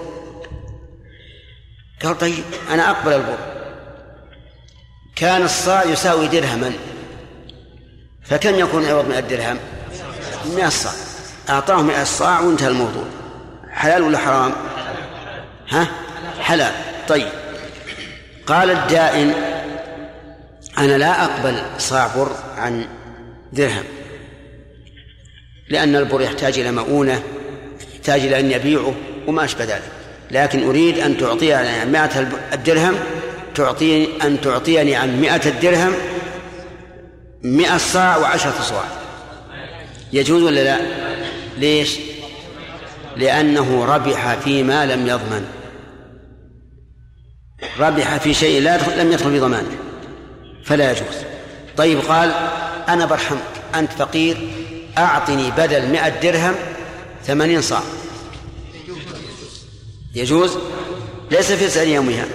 قال طيب أنا أقبل البر. كان الصاع يساوي درهما، فكم يكون عوض 100 درهم؟ 100 صاع. أعطاه 100 صاع وانتهى الموضوع. حلال ولا حرام؟ حلال. طيب، قال الدائن أنا لا أقبل صاع بر عن درهم، لأن البر يحتاج إلى مؤونة، يحتاج إلى أن يبيعه وما أشبه ذلك. لكن أريد أن تعطيني عن 100 الدرهم أن تعطيني عن 100 الدرهم 100 صاع و10 صواع. يجوز ولا لا؟ ليش؟ لأنه ربح فيما لم يضمن، ربح في شيء لم يدخل في ضمانه فلا يجوز. طيب قال أنا برحمك، أنت فقير، أعطني بدل 100 درهم 80 صاع، يجوز؟ ليس في سعر يومها،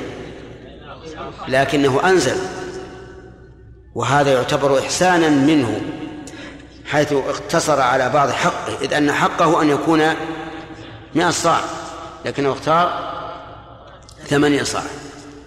لكنه أنزل، وهذا يعتبر إحسانا منه حيث اقتصر على بعض حقه، إذ أن حقه أن يكون 100 صاع لكنه اختار 80 صاع.